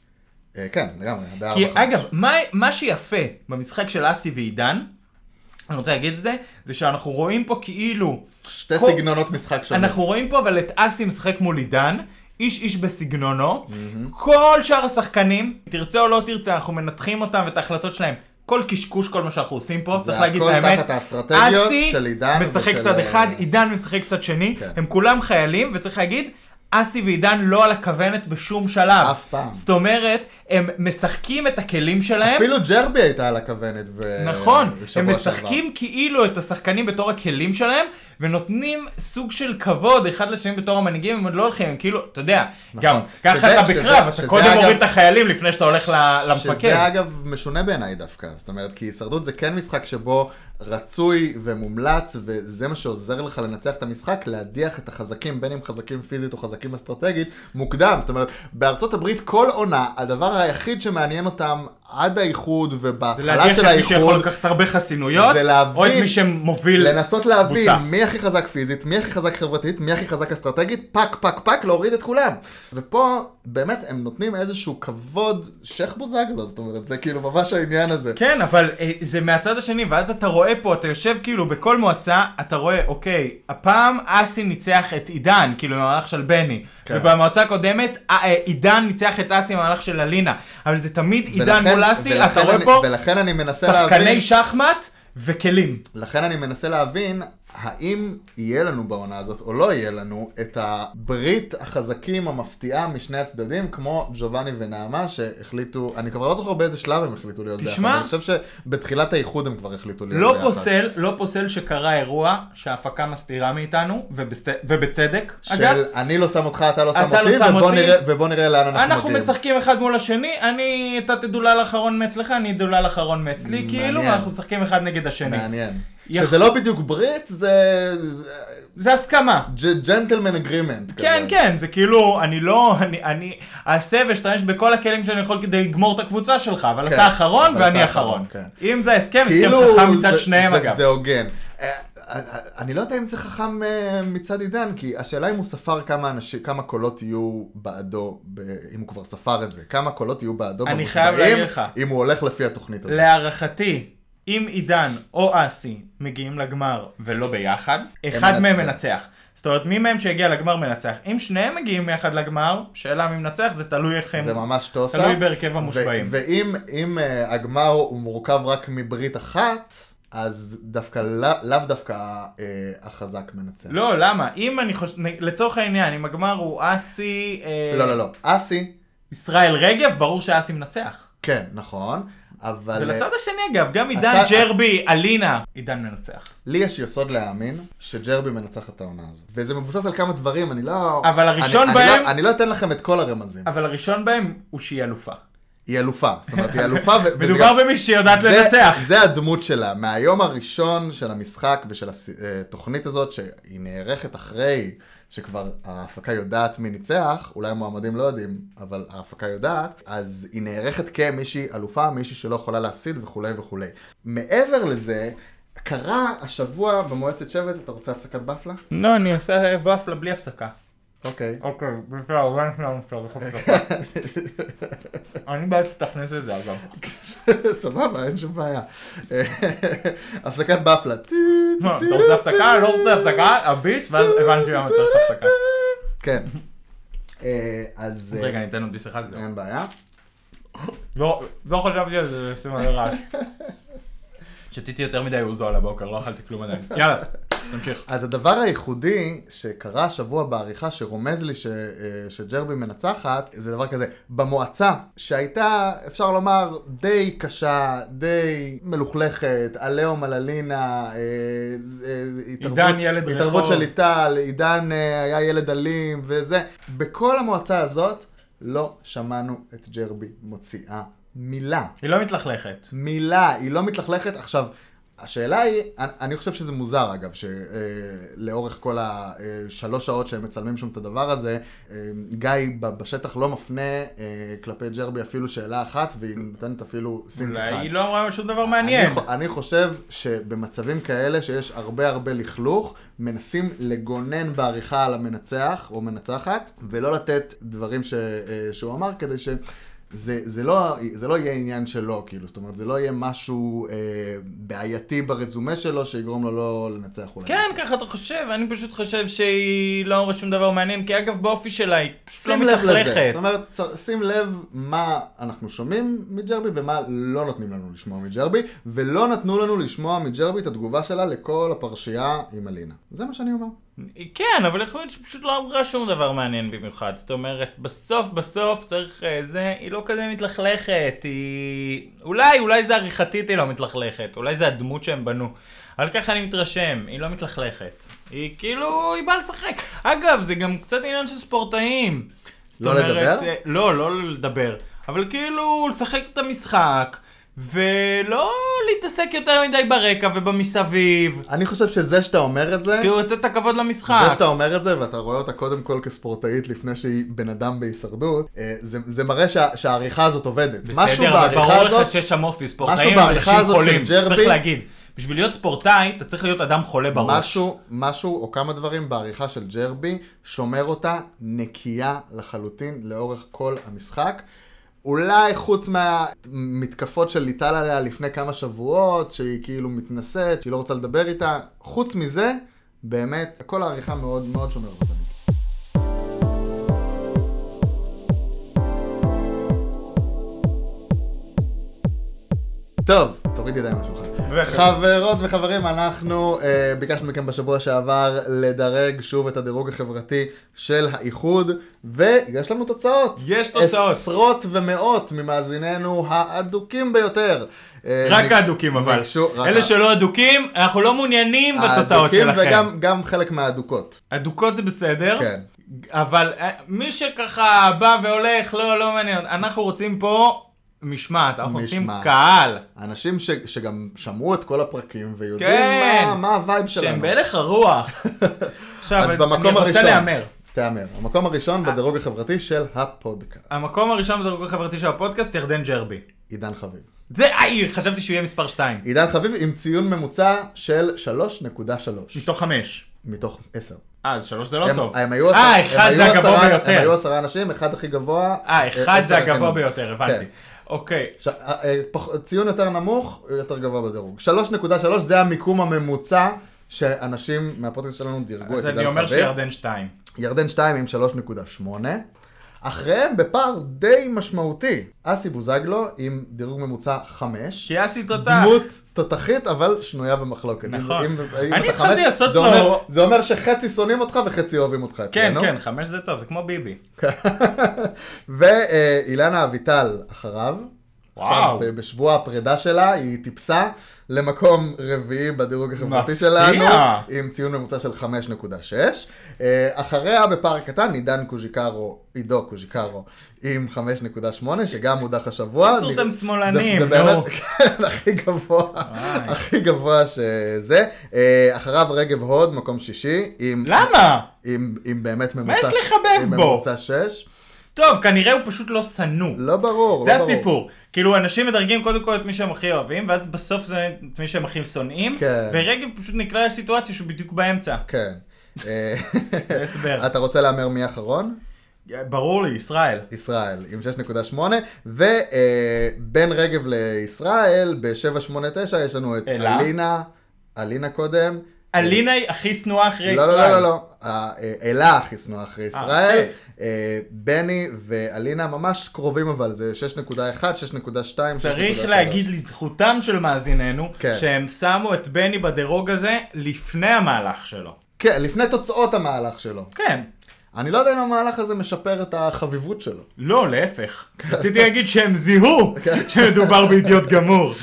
כן, לגמרי. כי אגב, מה שיפה במשחק של אסי ועידן, אני רוצה להגיד את זה, זה שאנחנו רואים פה כאילו... שתי סגנונות משחק שונים. אנחנו רואים פה אבל את אסי משחק מול עידן, איש בסגנונו, כל שאר השחקנים, תרצה או לא תרצה, אנחנו מנתחים אותם ואת ההחלטות שלהם. כל קשקוש, כל מה שאנחנו עושים פה, צריך להגיד את האמת. זה הכל תחת האסטרטגיות של עידן. אסי משחק צד אחד, עידן משחק צד שני, הם כולם חיילים, וצריך להגיד, אסי ועידן לא על הכוונת בשום שלב. אף פעם. זאת אומרת, הם משחקים את הכלים שלהם. אפילו ג'רבי הייתה על הכוונת. נכון, הם משחקים כאילו את השחקנים בתור הכלים שלהם, ונותנים סוג של כבוד אחד לשני בתור המנהיגים, הם עוד לא הולכים, הם כאילו, אתה יודע, גם ככה אתה בקרב, אתה קודם מוריד את החיילים לפני שאתה הולך למפקד. שזה אגב משונה בעיניי דווקא, זאת אומרת, כי הישרדות זה כן משחק שבו רצוי ומומלץ, וזה מה שעוזר לך לנצח את המשחק, להדיח את החזקים, בין אם חזקים פיזית או חזקים אסטרטגית, מוקדם. זאת אומרת, בארצות הברית כל עונה, הדבר היחיד שמעניין אותם עד האיחוד ובהתחלה של האיחוד, זה להדיח את מי שיכול לקחת הרבה חסינויות, או את מי שמוביל לנסות להבין מי הכי חזק פיזית, מי הכי חזק חברתית, מי הכי חזק אסטרטגית, פק, להוריד את כולם. ופה באמת הם נותנים איזשהו כבוד שייח בוזגלו, זאת אומרת, זה כאילו ממש העניין הזה. כן, אבל זה מהצד השני, ואז אתה רואה פה, אתה יושב כאילו בכל מועצה, אתה רואה, אוקיי, הפעם אסי ניצח את עידן, כאילו במהלך של בני, ובמועצה הקודמת, עידן ניצח את אסי במהלך של אלינה, אבל זה תמיד עידן מול אסי, אתה רואה פה שחקני שחמט וכלים. לכן אני מנסה להבין, האם יהיה לנו בעונה הזאת או לא יהיה לנו את הברית החזקים המפתיעה משני הצדדים, כמו ג'ובאני ונעמה שהחליטו, אני כבר לא זוכר באיזה שלב הם החליטו להיות ביחד. אני חושב שבתחילת האיחוד הם כבר החליטו להיות ביחד. לא פוסל שקרה אירוע שההפקה מסתירה מאיתנו, ובצדק, אגב. אני לא שם אותך, אתה לא שם אותי, ובוא נראה לאן אנחנו מגיעים. אנחנו משחקים אחד מול השני, אתה תדולל אחרון מאצלך, אני דולל אחרון מאצלי, כאילו, ואנחנו משחקים אחד נגד השני. מעניין. שזה לא בדיוק ברית, זה הסכמה. ג'נטלמן אגרימנט. כן, זה כאילו, אני אעשה ואשתמש בכל הכלים שאני יכול כדי לגמור את הקבוצה שלך, אבל אתה אחרון ואני אחרון. אם זה הסכם חכם מצד שניהם אגב. זה הוגן. אני לא יודע אם זה חכם מצד עידן, כי השאלה אם הוא ספר כמה קולות יהיו בעדו, אם הוא כבר ספר את זה, כמה קולות יהיו בעדו במושבעים, אם הוא הולך לפי התוכנית הזאת. להערכתי, אם עידן או אסי מגיעים לגמר ולא ביחד, אחד מהם מנצח. זאת אומרת, מי מהם שהגיע לגמר מנצח. אם שניהם מגיעים יחד לגמר, שאלה מי מנצח, זה תלוי איך הם... זה ממש תוסה. תלוי בהרכב המושבעים. ואם הגמר הוא מורכב רק מברית אחת, אז דווקא, לאו דווקא החזק מנצח. לא, למה? אם אני חושב, לצורך העניין, אם הגמר הוא אסי... לא. אסי. ישראל רגב, ברור שאסי מנצח. כן, נכון. אבל... ולצד השני אגב, גם עידן ג'רבי, אלינה, עידן מנצח. לי יש יסוד להאמין שג'רבי מנצח את העונה הזאת. וזה מבוסס על כמה דברים, אני לא... אבל הראשון בהם... אני לא אתן לכם את כל הרמזים. אבל הראשון בהם הוא שהיא אלופה. היא אלופה, זאת אומרת, היא אלופה... מדובר במי שיודעת לנצח. זה הדמות שלה. מהיום הראשון של המשחק ושל התוכנית הזאת, שהיא נערכת אחרי שכבר ההפקה יודעת מי ניצח, אולי המועמדים לא יודעים, אבל ההפקה יודעת, אז היא נערכת כמישהי אלופה, מישהי שלא יכולה להפסיד וכו' וכו'. מעבר לזה, קרה השבוע במועצת שבט, אתה רוצה הפסקת בפלה? לא, אני אעשה בפלה בלי הפסקה. אוקיי. בסדר, אני בעד שתכניס את זה אגב. סבבה, אין שום בעיה. הפסקת בפלה. אתה רוצה הפסקה? לא רוצה הפסקה, הביס, ואז הבנתי למה צריך הפסקה. כן. אז... רגע, אני אתן עוד דיס אחד. אין בעיה. לא חשבתי על זה, שים על רעש. שתיתי יותר מדי אוזו על הבוקר, לא אכלתי כלום עדיין. יאללה, נמשיך. אז הדבר הייחודי שקרה השבוע בעריכה שרומז לי שג'רבי מנצחת, זה דבר כזה, במועצה שהייתה, אפשר לומר, די קשה, די מלוכלכת, עליהום על הלינה, עידן ילד רחוב. התערבות של איטל, עידן היה ילד אלים וזה. בכל המועצה הזאת לא שמענו את ג'רבי מוציאה מילה. היא לא מתלכלכת. מילה, היא לא מתלכלכת. עכשיו, השאלה היא, אני חושב שזה מוזר אגב, שלאורך כל השלוש שעות שהם מצלמים שם את הדבר הזה, גיא בשטח לא מפנה כלפי ג'רבי אפילו שאלה אחת, והיא נותנת אפילו סינק אחד. אולי היא לא אמרה משהו דבר מעניין. אני חושב שבמצבים כאלה שיש הרבה לכלוך, מנסים לגונן בעריכה על המנצח או מנצחת, ולא לתת דברים שהוא אמר כדי זה לא יהיה עניין שלו, כאילו, זאת אומרת, זה לא יהיה משהו בעייתי ברזומה שלו שיגרום לו לא לנצח אולי. כן, ככה אתה חושב, אני פשוט חושב שהיא לא אומרת שום דבר מעניין, כי אגב באופי שלה היא לא מתלכלכת. זאת אומרת, שים לב מה אנחנו שומעים מג'רבי ומה לא נותנים לנו לשמוע מג'רבי, ולא נתנו לנו לשמוע מג'רבי את התגובה שלה לכל הפרשייה עם אלינה. זה מה שאני אומר. כן, אבל יכול להיות שפשוט לא אמרה שום דבר מעניין במיוחד. זאת אומרת, בסוף צריך זה, היא לא כזה מתלכלכת, היא... אולי זה עריכתית היא לא מתלכלכת, אולי זה הדמות שהם בנו. אבל ככה אני מתרשם, היא לא מתלכלכת. היא כאילו, היא באה לשחק. אגב, זה גם קצת עניין של ספורטאים. לא לדבר? לא לדבר. אבל כאילו, לשחק את המשחק. ולא להתעסק יותר מדי ברקע ובמסביב. אני חושב שזה שאתה אומר את זה, כאילו לתת את הכבוד למשחק. זה שאתה אומר את זה ואתה רואה אותה קודם כל כספורטאית לפני שהיא בן אדם בהישרדות, זה מראה שהעריכה הזאת עובדת. בסדר, אבל ברור לך שיש שם אופי, ספורטאים אנשים חולים, צריך להגיד. בשביל להיות ספורטאי, אתה צריך להיות אדם חולה בראש. משהו או כמה דברים בעריכה של ג'רבי שומר אותה נקייה לחלוטין לאורך כל המשחק. אולי חוץ מהמתקפות של ליטל עליה לפני כמה שבועות, שהיא כאילו מתנשאת, שהיא לא רוצה לדבר איתה, חוץ מזה, באמת, כל העריכה מאוד מאוד שומרת אותה. טוב, תוריד ידיים מהשולחן. חברות וחברים, אנחנו ביקשנו מכם בשבוע שעבר לדרג שוב את הדירוג החברתי של האיחוד, ויש לנו תוצאות. יש תוצאות. עשרות ומאות ממאזיננו האדוקים ביותר. רק האדוקים אבל. אלה שלא אדוקים, אנחנו לא מעוניינים בתוצאות שלכם. האדוקים וגם חלק מהאדוקות. אדוקות זה בסדר. כן. אבל מי שככה בא והולך, לא מעניין. אנחנו רוצים פה... משמעת, אנחנו רוצים קהל. אנשים שגם שמעו את כל הפרקים ויודעים כן, מה הווייב שלנו. שהם בהלך הרוח. עכשיו, אני רוצה להאמר. תאמר. המקום הראשון בדירוג החברתי של הפודקאסט. המקום הראשון בדירוג החברתי של הפודקאסט, ירדן ג'רבי. עידן חביב. חשבתי שהוא יהיה מספר 2. עידן חביב עם ציון ממוצע של 3.3. מתוך 5. מתוך 10. אז 3 זה לא טוב. 1 זה הגבוה ביותר. הם היו 10 אנשים, 1 הכי גבוה. 1 זה הגבוה ביותר, הבנתי. אוקיי. ציון יותר נמוך, יותר גבוה בדירוג. 3.3 זה המיקום הממוצע שאנשים מהפודקאסט שלנו דירגו את עידן חביב. אז אני אומר שירדן 2. ירדן 2 עם 3.8. אחריהם בפער די משמעותי, אסי בוזגלו עם דירוג ממוצע 5. כי אסי תותח. דמות תותחית אבל שנויה במחלוקת. נכון. אני התחלתי לעשות לו... זה אומר שחצי שונאים אותך וחצי אוהבים אותך אצלנו. כן, 5 זה טוב, זה כמו ביבי. ואילנה אביטל אחריו. וואו. בשבוע הפרידה שלה היא טיפסה למקום רביעי בדירוג החברתי שלנו, עם ציון ממוצע של 5.6. אחריה בפער קטן עידו קוז'יקרו עם 5.8, שגם מודח השבוע. עצורתם שמאלנים, זה באמת הכי גבוה שזה. אחריו רגב הוד, מקום שישי. למה? עם באמת ממוצע... מה יש לחבב בו? ממוצע 6. טוב, כנראה הוא פשוט לא שנוא. לא ברור. זה הסיפור. כאילו, אנשים מדרגים קודם כל את מי שהם הכי אוהבים, ואז בסוף זה את מי שהם הכי שונאים, ורגב פשוט נקלע לסיטואציה שהוא בדיוק באמצע. כן. הסבר. אתה רוצה לאמר מי האחרון? ברור לי, ישראל. ישראל, עם 6.8, ובן רגב לישראל, ב-7.89 יש לנו את אלינה קודם. אלינה היא הכי שנואה אחרי ישראל. לא. אלה הכי שנואה אחרי ישראל. בני ואלינה ממש קרובים, אבל זה 6.1, 6.2, 6.3. צריך להגיד לזכותם של מאזיננו, שהם שמו את בני בדירוג הזה לפני המהלך שלו. כן, לפני תוצאות המהלך שלו. כן. אני לא יודע אם המהלך הזה משפר את החביבות שלו. לא, להפך. רציתי להגיד שהם זיהו שמדובר באידיוט גמור.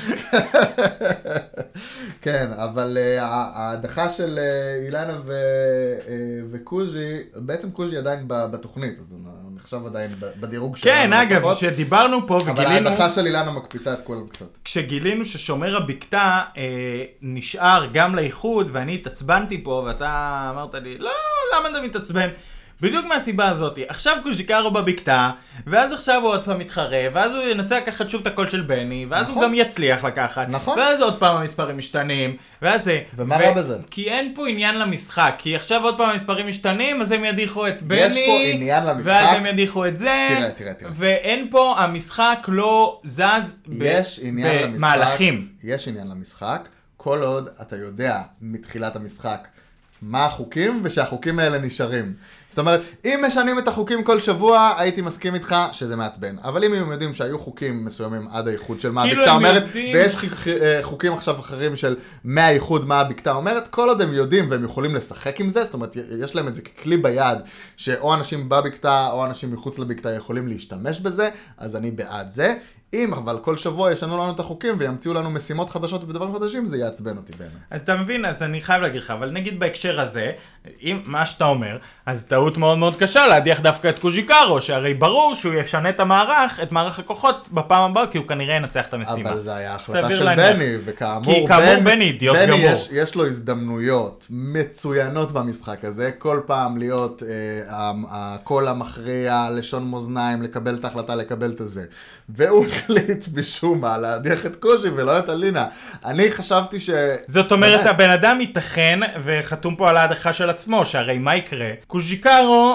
כן, אבל ההדחה של אילנה וקוז'י, בעצם קוז'י עדיין בתוכנית, אז הוא נחשב עדיין בדירוג שלנו. כן, אגב, שדיברנו פה וגילינו... אבל ההדחה של אילנה מקפיצה את כולם קצת. כשגילינו ששומר הבקתה נשאר גם לאיחוד, ואני התעצבנתי פה, ואתה אמרת לי, לא, למה אתה מתעצבן? בדיוק מהסיבה הזאת, עכשיו קוז'יקרו בבקתה, ואז עכשיו הוא עוד פעם מתחרה, ואז הוא ינסה לקחת שוב את הקול של בני, ואז הוא גם יצליח לקחת, ואז עוד פעם המספרים משתנים, ואז זה... ומה רע בזה? כי אין פה עניין למשחק, כי עכשיו עוד פעם המספרים משתנים, אז הם ידיחו את בני, יש פה עניין למשחק, ואז הם ידיחו את זה, תראה. ואין פה, המשחק לא זז במהלכים. יש עניין למשחק, כל עוד אתה יודע מתחילת המשחק מה החוקים, ושהחוקים האלה נשארים. זאת אומרת, אם משנים את החוקים כל שבוע, הייתי מסכים איתך שזה מעצבן. אבל אם הם יודעים שהיו חוקים מסוימים עד האיחוד של מה הבקתה אומרת, ויש חוקים עכשיו אחרים של מהאיחוד מה הבקתה אומרת, כל עוד הם יודעים והם יכולים לשחק עם זה, זאת אומרת, יש להם את זה ככלי ביד, שאו אנשים בבקתה או אנשים מחוץ לבקתה יכולים להשתמש בזה, אז אני בעד זה. אם אבל כל שבוע ישנו לנו את החוקים וימציאו לנו משימות חדשות ודברים חדשים, זה יעצבן אותי באמת. אז אתה מבין, אז אני חייב להגיד לך, אבל נגיד בהקשר הזה, אם מה שאתה אומר, אז טעות מאוד מאוד קשה להדיח דווקא את קוז'יקרו, שהרי ברור שהוא ישנה את מערך הכוחות בפעם הבאה, כי הוא כנראה ינצח את המשימה. אבל זה היה החלטה של בני, וכאמור, כי כאמור בני אידיוט גמור. בני יש לו הזדמנויות מצוינות במשחק הזה, כל פעם להיות הקול המכריע, לשון מאזניים, לקבל את ההחלטה, לקבל את זה. והוא החליט משום מה להדיח את קוז'י ולא את אלינה. אני חשבתי זאת אומרת, הבן אדם ייתכן, וחתום פה על ההדחה של עצמו, שהרי מה יקרה? קוז'יקרו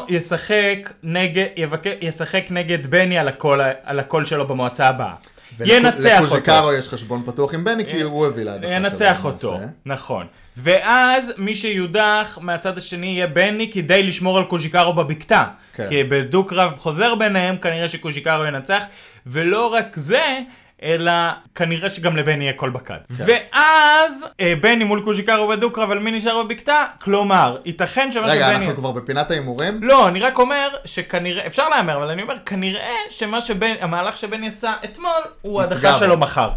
ישחק נגד בני על הקול שלו במועצה הבאה. ינצח אותו. לקוז'יקרו יש חשבון פתוח עם בני, כי הוא הביא להדחה שלו. ינצח אותו, נכון. ואז מי שיודח מהצד השני יהיה בני כדי לשמור על קוז'יקרו בבקתה. כי בדוק רב חוזר ביניהם, כנראה שקוז'יקרו ינצח, ולא רק זה, אלא כנראה שגם לבני יהיה קול בקד. ואז בני מול קוז'יקרו בדוק רב, אבל מי נשאר בבקתה? כלומר, ייתכן שמה שבני... רגע, אנחנו כבר בפינת האימורים? לא, אני רק אומר שכנראה, אפשר להאמר, אבל אני אומר, כנראה המהלך שבני עשה אתמול, הוא הדחה שלו מחר.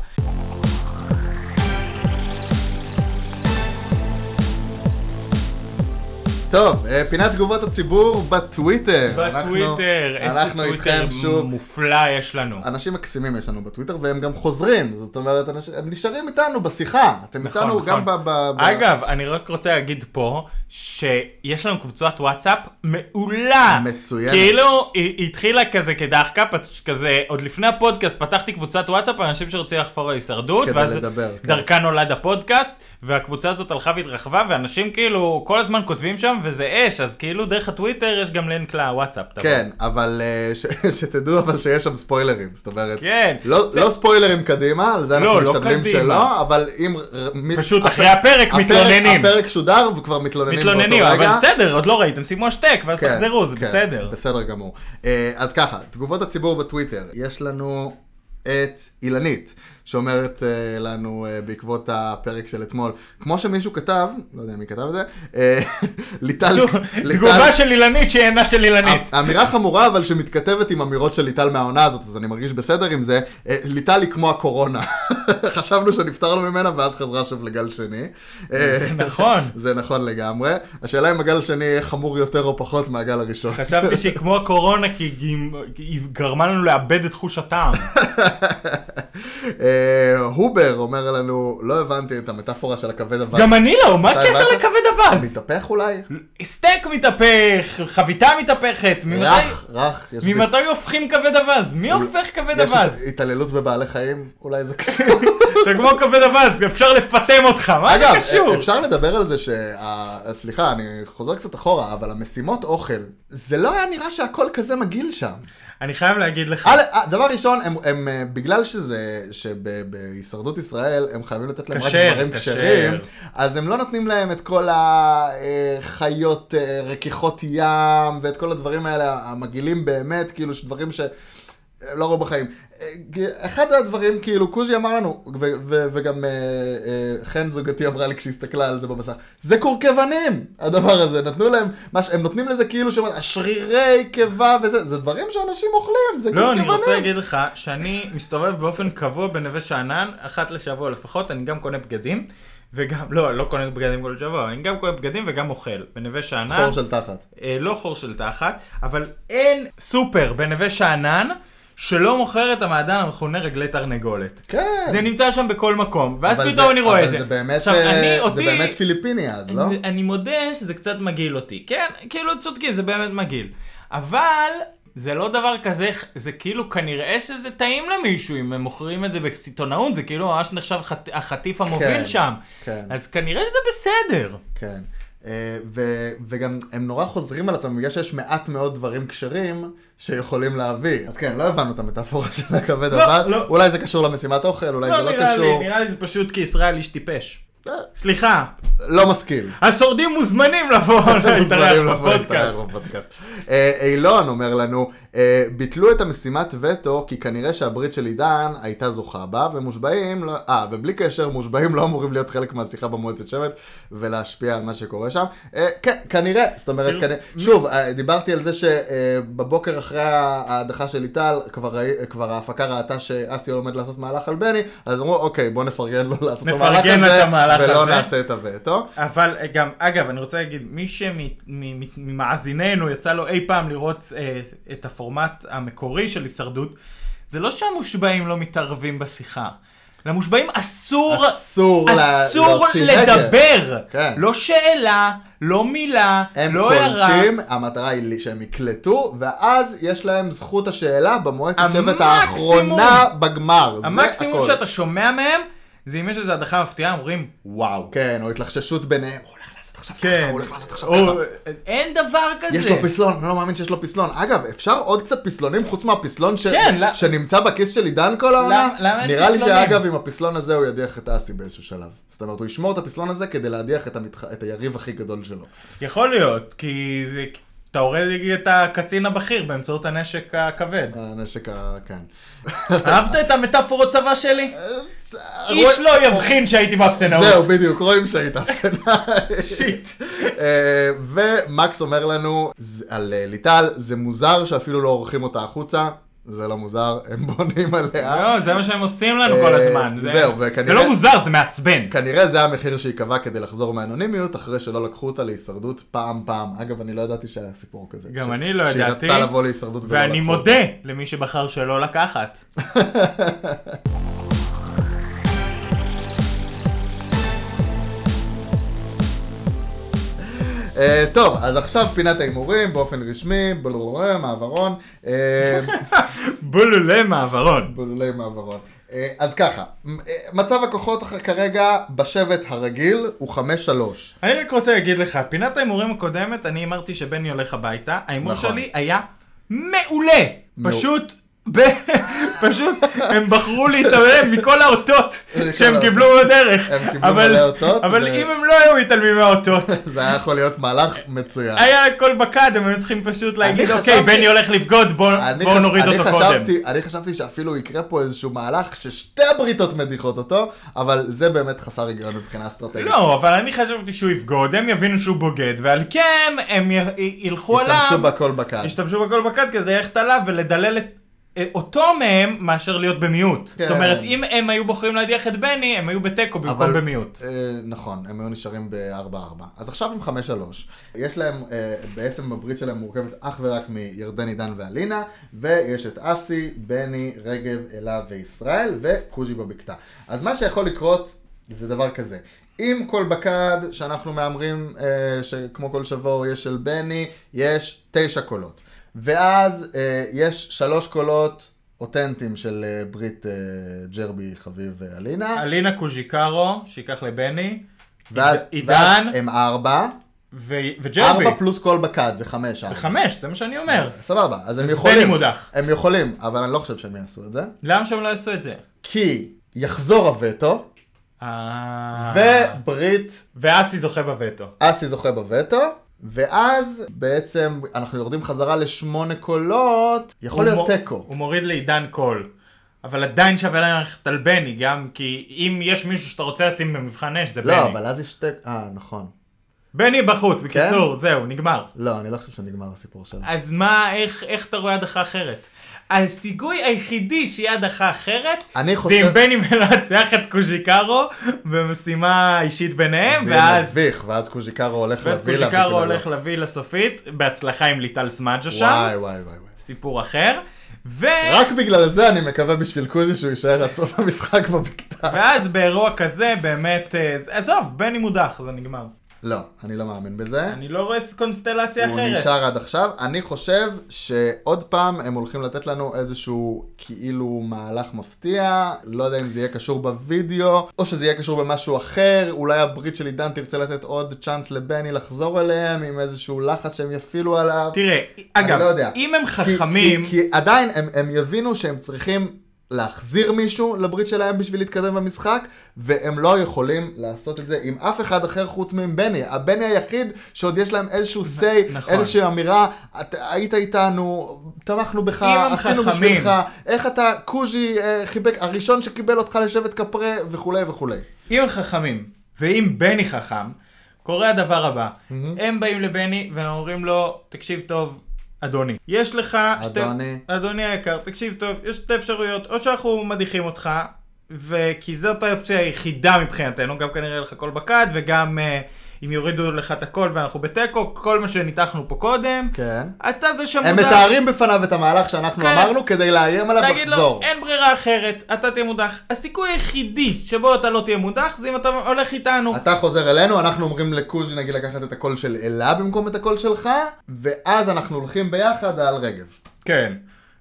טוב, פינת תגובות הציבור בטוויטר. איזה טוויטר מופלא יש לנו. אנשים מקסימים יש לנו בטוויטר, והם גם חוזרים. זאת אומרת, הם נשארים איתנו בשיחה. אתם איתנו גם אגב, אני רק רוצה להגיד פה, שיש לנו קבוצת וואטסאפ מעולה. מצוין. כאילו, היא התחילה כזה כדחקה, כזה, עוד לפני הפודקאסט פתחתי קבוצת וואטסאפ, אנשים שרוצים לחפור על הישרדות, ואז דרכה נולד הפודקאסט, והקבוצה הזאת הלכה והתרחבה, ואנשים כאילו כל הזמן כותבים שם, וזה אש, אז כאילו דרך הטוויטר יש גם לינק לוואטסאפ. כן, אבל שתדעו אבל שיש שם ספוילרים, זאת אומרת, לא ספוילרים קדימה, על זה אנחנו משתדלים שלא, אבל אם... פשוט אחרי הפרק מתלוננים. הפרק שודר וכבר מתלוננים באותו רגע. מתלוננים, אבל בסדר, עוד לא ראיתם, שימו השטק, ואז תחזרו, זה בסדר. בסדר גמור. אז ככה, תגובות הציבור בטוויטר, יש לנו את אילנית, שאומרת לנו בעקבות הפרק של אתמול, כמו שמישהו כתב, לא יודע מי כתב את זה, ליטל... תגובה של אילנית שאינה של אילנית. אמירה חמורה, אבל שמתכתבת עם אמירות של ליטל מהעונה הזאת, אז אני מרגיש בסדר עם זה. ליטל היא כמו הקורונה. חשבנו שנפטרנו ממנה, ואז חזרה שוב לגל שני. זה נכון. זה נכון לגמרי. השאלה אם הגל השני יהיה חמור יותר או פחות מהגל הראשון. חשבתי שהיא כמו הקורונה, כי היא גרמה לנו לאבד את חוש הטעם. הובר אומר לנו, לא הבנתי את המטאפורה של הכבד אבז. גם אני לא, מה הקשר לכבד אבז? מתהפך אולי? סטייק מתהפך, חביתה מתהפכת. רך. ממתי הופכים כבד אבז? מי הופך כבד אבז? יש התעללות בבעלי חיים, אולי זה קשור. זה כמו כבד אבז, אפשר לפטם אותך, מה זה קשור? אגב, אפשר לדבר על זה סליחה, אני חוזר קצת אחורה, אבל המשימות אוכל, זה לא היה נראה שהכל כזה מגעיל שם. אני חייב להגיד לך. דבר ראשון, הם בגלל שבהישרדות ישראל הם חייבים לתת להם רק דברים כשרים, אז הם לא נותנים להם את כל החיות, רכיחות ים, ואת כל הדברים האלה המגעילים באמת, כאילו שדברים שלא ראו בחיים. אחד הדברים, כאילו, קוז'י אמר לנו, וגם חן זוגתי אמרה לי כשהסתכלה על זה במסך, זה קורקבנים, הדבר הזה, נתנו להם, הם נותנים לזה כאילו שרירי קיבה וזה, זה דברים שאנשים אוכלים, זה קורקבנים. לא, אני רוצה להגיד לך שאני מסתובב באופן קבוע בנווה שאנן, אחת לשבוע לפחות, אני גם קונה בגדים, וגם, לא קונה בגדים כל שבוע, אני גם קונה בגדים וגם אוכל, בנווה שאנן. חור של תחת. לא חור של תחת, אבל אין סופר בנווה שאנן, שלא מוכר את המעדן המכונה רגלי תרנגולת. כן. זה נמצא שם בכל מקום, ואז פתאום אני רואה את זה. אבל זה באמת פיליפיני אז, לא? אני מודה שזה קצת מגעיל אותי. כן, כאילו צודקים, זה באמת מגעיל. אבל זה לא דבר כזה, זה כאילו כנראה שזה טעים למישהו, אם הם מוכרים את זה בסיטונאות, זה כאילו ממש נחשב החטיף המוביל שם. כן. אז כנראה שזה בסדר. כן. וגם הם נורא חוזרים על עצמם, בגלל שיש מעט מאוד דברים כשרים שיכולים להביא. אז כן, לא הבנו את המטאפורה של הכבד אבז. אולי זה קשור למשימת אוכל, אולי זה לא קשור. נראה לי זה פשוט כי ישראל איש טיפש. סליחה. לא מסכים. השורדים מוזמנים לבוא להתארח בפודקאסט. אילון אומר לנו, ביטלו את המשימת וטו, כי כנראה שהברית של עידן הייתה זוכה בה, ומושבעים, ובלי קשר, מושבעים לא אמורים להיות חלק מהשיחה במועצת שבט, ולהשפיע על מה שקורה שם. כן, כנראה, זאת אומרת, שוב, דיברתי על זה שבבוקר אחרי ההדחה של איטל, כבר ההפקה ראתה שאסי עומד לעשות מהלך על בני, אז אמרו, אוקיי, בוא נפרגן לו לעשות את המהלך הזה, ולא נעשה את הווטו. אבל גם, אגב, אני רוצה להגיד, מי שממאזיננו יצא לו אי פעם לראות את הפורמט המקורי של הישרדות, זה לא שהמושבעים לא מתערבים בשיחה. למושבעים אסור לדבר. כן. לא שאלה, לא מילה, לא הערה. הם קולטים, המטרה היא שהם יקלטו, ואז יש להם זכות השאלה במועצת שבט האחרונה בגמר. המקסימום שאתה שומע מהם, זה אם יש איזו הדחה מפתיעה, אומרים, וואו. כן, או התלחששות ביניהם. הוא הולך לעשות עכשיו ככה. אין דבר כזה. יש לו פסלון, אני לא מאמין שיש לו פסלון. אגב, אפשר עוד קצת פסלונים חוץ מהפסלון שנמצא בכיס של עידן כל העונה? נראה לי שאגב, עם הפסלון הזה הוא ידיח את אסי באיזשהו שלב. זאת אומרת, הוא ישמור את הפסלון הזה כדי להדיח את היריב הכי גדול שלו. יכול להיות, כי אתה הורד את הקצין הבכיר באמצעות הנשק הכבד. הנשק, כן. אהבת את המטאפורות צבא שלי? איש לא יבחין שהייתי באפסנאות. זהו, בדיוק, רואים שהיית אפסנאות. שיט. ומקס אומר לנו על ליטל, זה מוזר שאפילו לא עורכים אותה החוצה. זה לא מוזר, הם בונים עליה. לא, זה מה שהם עושים לנו כל הזמן. זהו, וכנראה... זה לא מוזר, זה מעצבן. כנראה זה המחיר שיקבע כדי לחזור מהאנונימיות, אחרי שלא לקחו אותה להישרדות פעם. אגב, אני לא ידעתי שהיה סיפור כזה. גם אני לא ידעתי. שהיא רצתה לבוא להישרדות ולא לקחו. ואני מודה למי שבחר שלא לקחת. טוב, אז עכשיו פינת ההימורים באופן רשמי, בולולי מעברון. בולולי מעברון. בולולי מעברון. אז ככה, מצב הכוחות כרגע בשבט הרגיל הוא 5-3. אני רק רוצה להגיד לך, פינת ההימורים הקודמת, אני אמרתי שבני הולך הביתה, ההימור שלי היה מעולה. פשוט הם בחרו להתעלם מכל האותות שהם קיבלו בדרך. הם קיבלו מלא אותות. אבל אם הם לא היו מתעלמים מהאותות. זה היה יכול להיות מהלך מצוין. היה כל בקד, הם היו צריכים פשוט להגיד, אוקיי, בני הולך לבגוד, בואו נוריד אותו קודם. אני חשבתי שאפילו יקרה פה איזשהו מהלך ששתי הבריתות מדיחות אותו, אבל זה באמת חסר היגיון מבחינה אסטרטגית. לא, אבל אני חשבתי שהוא יבגוד, הם יבינו שהוא בוגד, ועל כן הם ילכו עליו. ישתמשו בכל בקד כדי ללכת עליו ולדלל את אותו מהם מאשר להיות במיעוט. זאת אומרת, אם הם היו בוחרים להדיח את בני, הם היו בטקו במקום במיעוט. נכון, הם היו נשארים ב-4-4. אז עכשיו הם 5-3. יש להם, בעצם הברית שלהם מורכבת אך ורק מירדן, עידן ואלינה, ויש את אסי, בני, רגב, אלה וישראל, וקוז'י בבקתה. אז מה שיכול לקרות זה דבר כזה. עם כל בקד שאנחנו מאמרים, שכמו כל שבוע יש של בני, יש 9 קולות. ואז יש 3 קולות אותנטיים של ברית ג'רבי, חביב ואלינה. אלינה קוז'יקרו, שיקח לבני. ואז עידן. הם 4. וג'רבי. 4 פלוס כל בקד, זה 5. זה 5, זה מה שאני אומר. סבבה, אז הם יכולים. בני מודח. הם יכולים, אבל אני לא חושב שהם יעשו את זה. למה שהם לא יעשו את זה? כי יחזור הווטו. וברית. ואסי זוכה בווטו. אסי זוכה בווטו. ואז בעצם אנחנו יורדים חזרה ל8 קולות, יכול להיות טקו. הוא מוריד לעידן קול. אבל עדיין שווה ללכת על בני, גם כי אם יש מישהו שאתה רוצה לשים במבחן אש, זה בני. לא, אבל אז יש נכון. בני בחוץ, בקיצור, זהו, נגמר. לא, אני לא חושב שנגמר הסיפור שלו. אז מה, איך אתה רואה הדחה אחרת? הסיגוי היחידי שיהיה הדחה אחרת, זה אם בני מנצח את קוז'יקרו במשימה אישית ביניהם, ואז ואז קוז'יקרו הולך להביא לה. קוז'יקרו הולך להביא לסופית, בהצלחה עם ליטל סמאג'ה שם. וואי. סיפור אחר. רק בגלל זה אני מקווה בשביל קוז'י שהוא יישאר עד סוף המשחק בבקתה. ואז באירוע כזה באמת, עזוב, בני מודח, זה נגמר. לא, אני לא מאמין בזה. אני לא רואה קונסטלציה אחרת. הוא נשאר עד עכשיו. אני חושב שעוד פעם הם הולכים לתת לנו איזשהו כאילו מהלך מפתיע. לא יודע אם זה יהיה קשור בווידאו, או שזה יהיה קשור במשהו אחר. אולי הברית של עידן תרצה לתת עוד צ'אנס לבני לחזור אליהם עם איזשהו לחץ שהם יפעילו עליו. תראה, אגב, לא אם הם חכמים... כי עדיין הם יבינו שהם צריכים להחזיר מישהו לברית שלהם בשביל להתקדם במשחק, והם לא יכולים לעשות את זה עם אף אחד אחר חוץ מעם בני. הבני היחיד שעוד יש להם איזשהו say, נכון. איזושהי אמירה, היית איתנו, תמכנו בך, עשינו בשבילך, איך אתה, קוז'י חיבק, הראשון שקיבל אותך לשבט כפרה וכולי וכולי. אם הם חכמים, ואם בני חכם, קורה הדבר הבא. הם באים לבני והם אומרים לו, תקשיב טוב, אדוני, יש לך אדוני היקר, תקשיב טוב, יש 2 אפשרויות, או שאנחנו מדיחים אותך, וכי זאת האופציה היחידה מבחינתנו, גם כנראה לך קול בקד, וגם אם יורידו לך את הכל ואנחנו בטקו, כל מה שניתחנו פה קודם, כן. אתה זה שמודח. הם מתארים בפניו את המהלך שאנחנו אמרנו כדי לאיים עליו לחזור. להגיד לו, אין ברירה אחרת, אתה תהיה מודח. הסיכוי היחידי שבו אתה לא תהיה מודח, זה אם אתה הולך איתנו. אתה חוזר אלינו, אנחנו אומרים לקוז'י נגיד לקחת את הקול של אלה במקום את הקול שלך, ואז אנחנו הולכים ביחד על רגב. כן.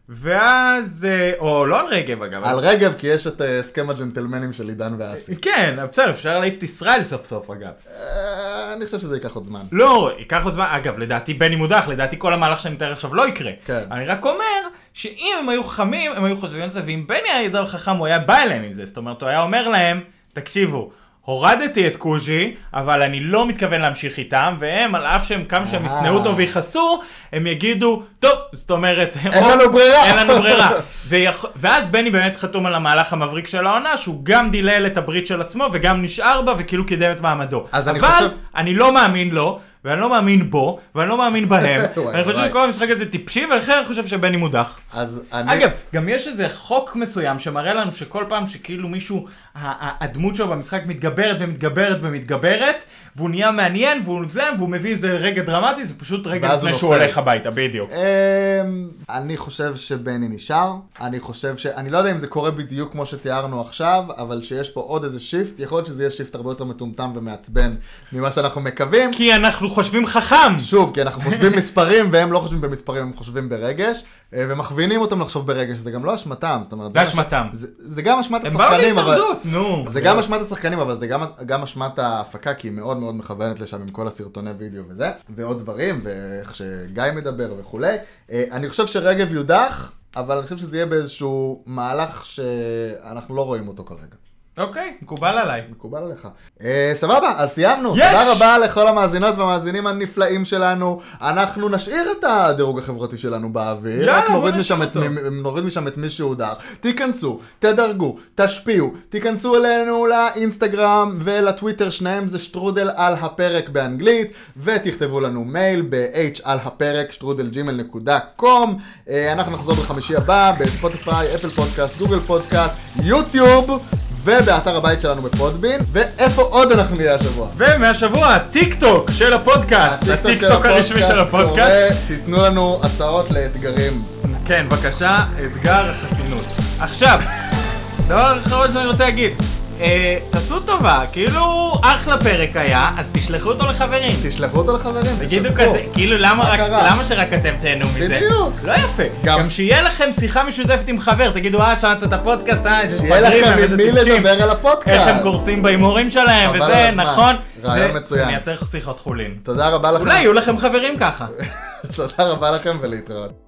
ואז, או לא על רגב אגב. על רגב, כי יש את הסכם הג'נטלמנים של עידן ואסי. כן, בסדר, אפשר להעיף את ישראל סוף סוף אגב. אני חושב שזה ייקח עוד זמן. לא, ייקח עוד זמן. אגב, לדעתי בני מודח, לדעתי כל המהלך שאני מתאר עכשיו לא יקרה. כן. אני רק אומר שאם הם היו חכמים, הם היו חושבים על זה, ואם בני היה יותר חכם, הוא היה בא אליהם עם זה. זאת אומרת, הוא היה אומר להם, תקשיבו, הורדתי את קוז'י, אבל אני לא מתכוון להמשיך איתם, והם, על אף שהם כמה שהם יסנאו אותו ויחסו, הם יגידו, טוב, זאת אומרת, אין לנו ברירה. אין לנו ברירה. ואז בני באמת חתום על המהלך המבריק של העונה, שהוא גם דילל את הברית של עצמו, וגם נשאר בה, וכאילו קידם את מעמדו. אבל אני לא מאמין לו, ואני לא מאמין בו, ואני לא מאמין בהם. אני חושב שכל המשחק הזה טיפשי, ולכן אני חושב שבני מודח. אגב, גם יש איזה חוק מסוים שמראה לנו שכל פעם שכאילו מישהו, הדמות שלו במשחק מתגברת ומתגברת ומתגברת, והוא נהיה מעניין, והוא מביא איזה רגע דרמטי, זה פשוט רגע לפני שהוא הולך הביתה, בדיוק. אני חושב שבני נשאר, אני לא יודע אם זה קורה בדיוק כמו שתיארנו עכשיו, אבל שיש פה עוד איזה שיפט, יכול להיות שזה יהיה שיפט הרבה יותר מטומטם ומעצבן ממה שאנחנו מקווים. כי אנחנו חושבים חכם. שוב, כי אנחנו חושבים מספרים, והם לא חושבים במספרים, הם חושבים ברגש, ומכווינים אותם לחשוב ברגש, זה גם לא אשמתם, זאת אומרת, זה אשמתם. זה גם אשמת השחקנים, זה גם אשמת השחקנים, אבל זה גם אשמת ההפקה, כי היא מאוד מאוד מכוונת לשם עם כל הסרטוני וידאו וזה, ועוד דברים, ואיך שגיא מדבר וכולי. אני חושב שרגב יודח, אבל אני חושב שזה יהיה באיזשהו מהלך שאנחנו לא רואים אותו כרגע. אוקיי, מקובל עליי. מקובל עליך. סבבה, אז סיימנו. תודה רבה לכל המאזינות והמאזינים הנפלאים שלנו. אנחנו נשאיר את הדירוג החברתי שלנו באוויר. רק נוריד משם את מי שהודר. תיכנסו, תדרגו, תשפיעו, תיכנסו אלינו לאינסטגרם ולטוויטר, שניהם זה שטרודל על הפרק באנגלית, ותכתבו לנו מייל ב-h-על-הפרק@gmail.com. אנחנו נחזור בחמישי הבא בספוטיפיי, אפל פודקאסט, גוגל פודקאסט, יוטיוב, ובאתר הבית שלנו בפודבין. ואיפה עוד אנחנו נהיה השבוע? ומהשבוע, טיק טוק של הפודקאסט. הטיק טוק הרשמי של הפודקאסט. תיתנו לנו הצעות לאתגרים. כן, בבקשה, אתגר החסינות. עכשיו, דבר אחרון שאני רוצה להגיד. תעשו טובה, כאילו אחלה פרק היה, אז תשלחו אותו לחברים. תגידו כזה, כאילו למה שרק אתם תהנו מזה? בדיוק. לא יפה. גם שיהיה לכם שיחה משותפת עם חבר, תגידו, שמעת את הפודקאסט, שיהיה לכם עם מי לדבר על הפודקאסט. איך הם קורסים בהימורים שלהם, וזה, נכון. רעיון מצוין. מייצר שיחות חולין. תודה רבה לכם. אולי יהיו לכם חברים ככה. תודה רבה לכם ולהתראות.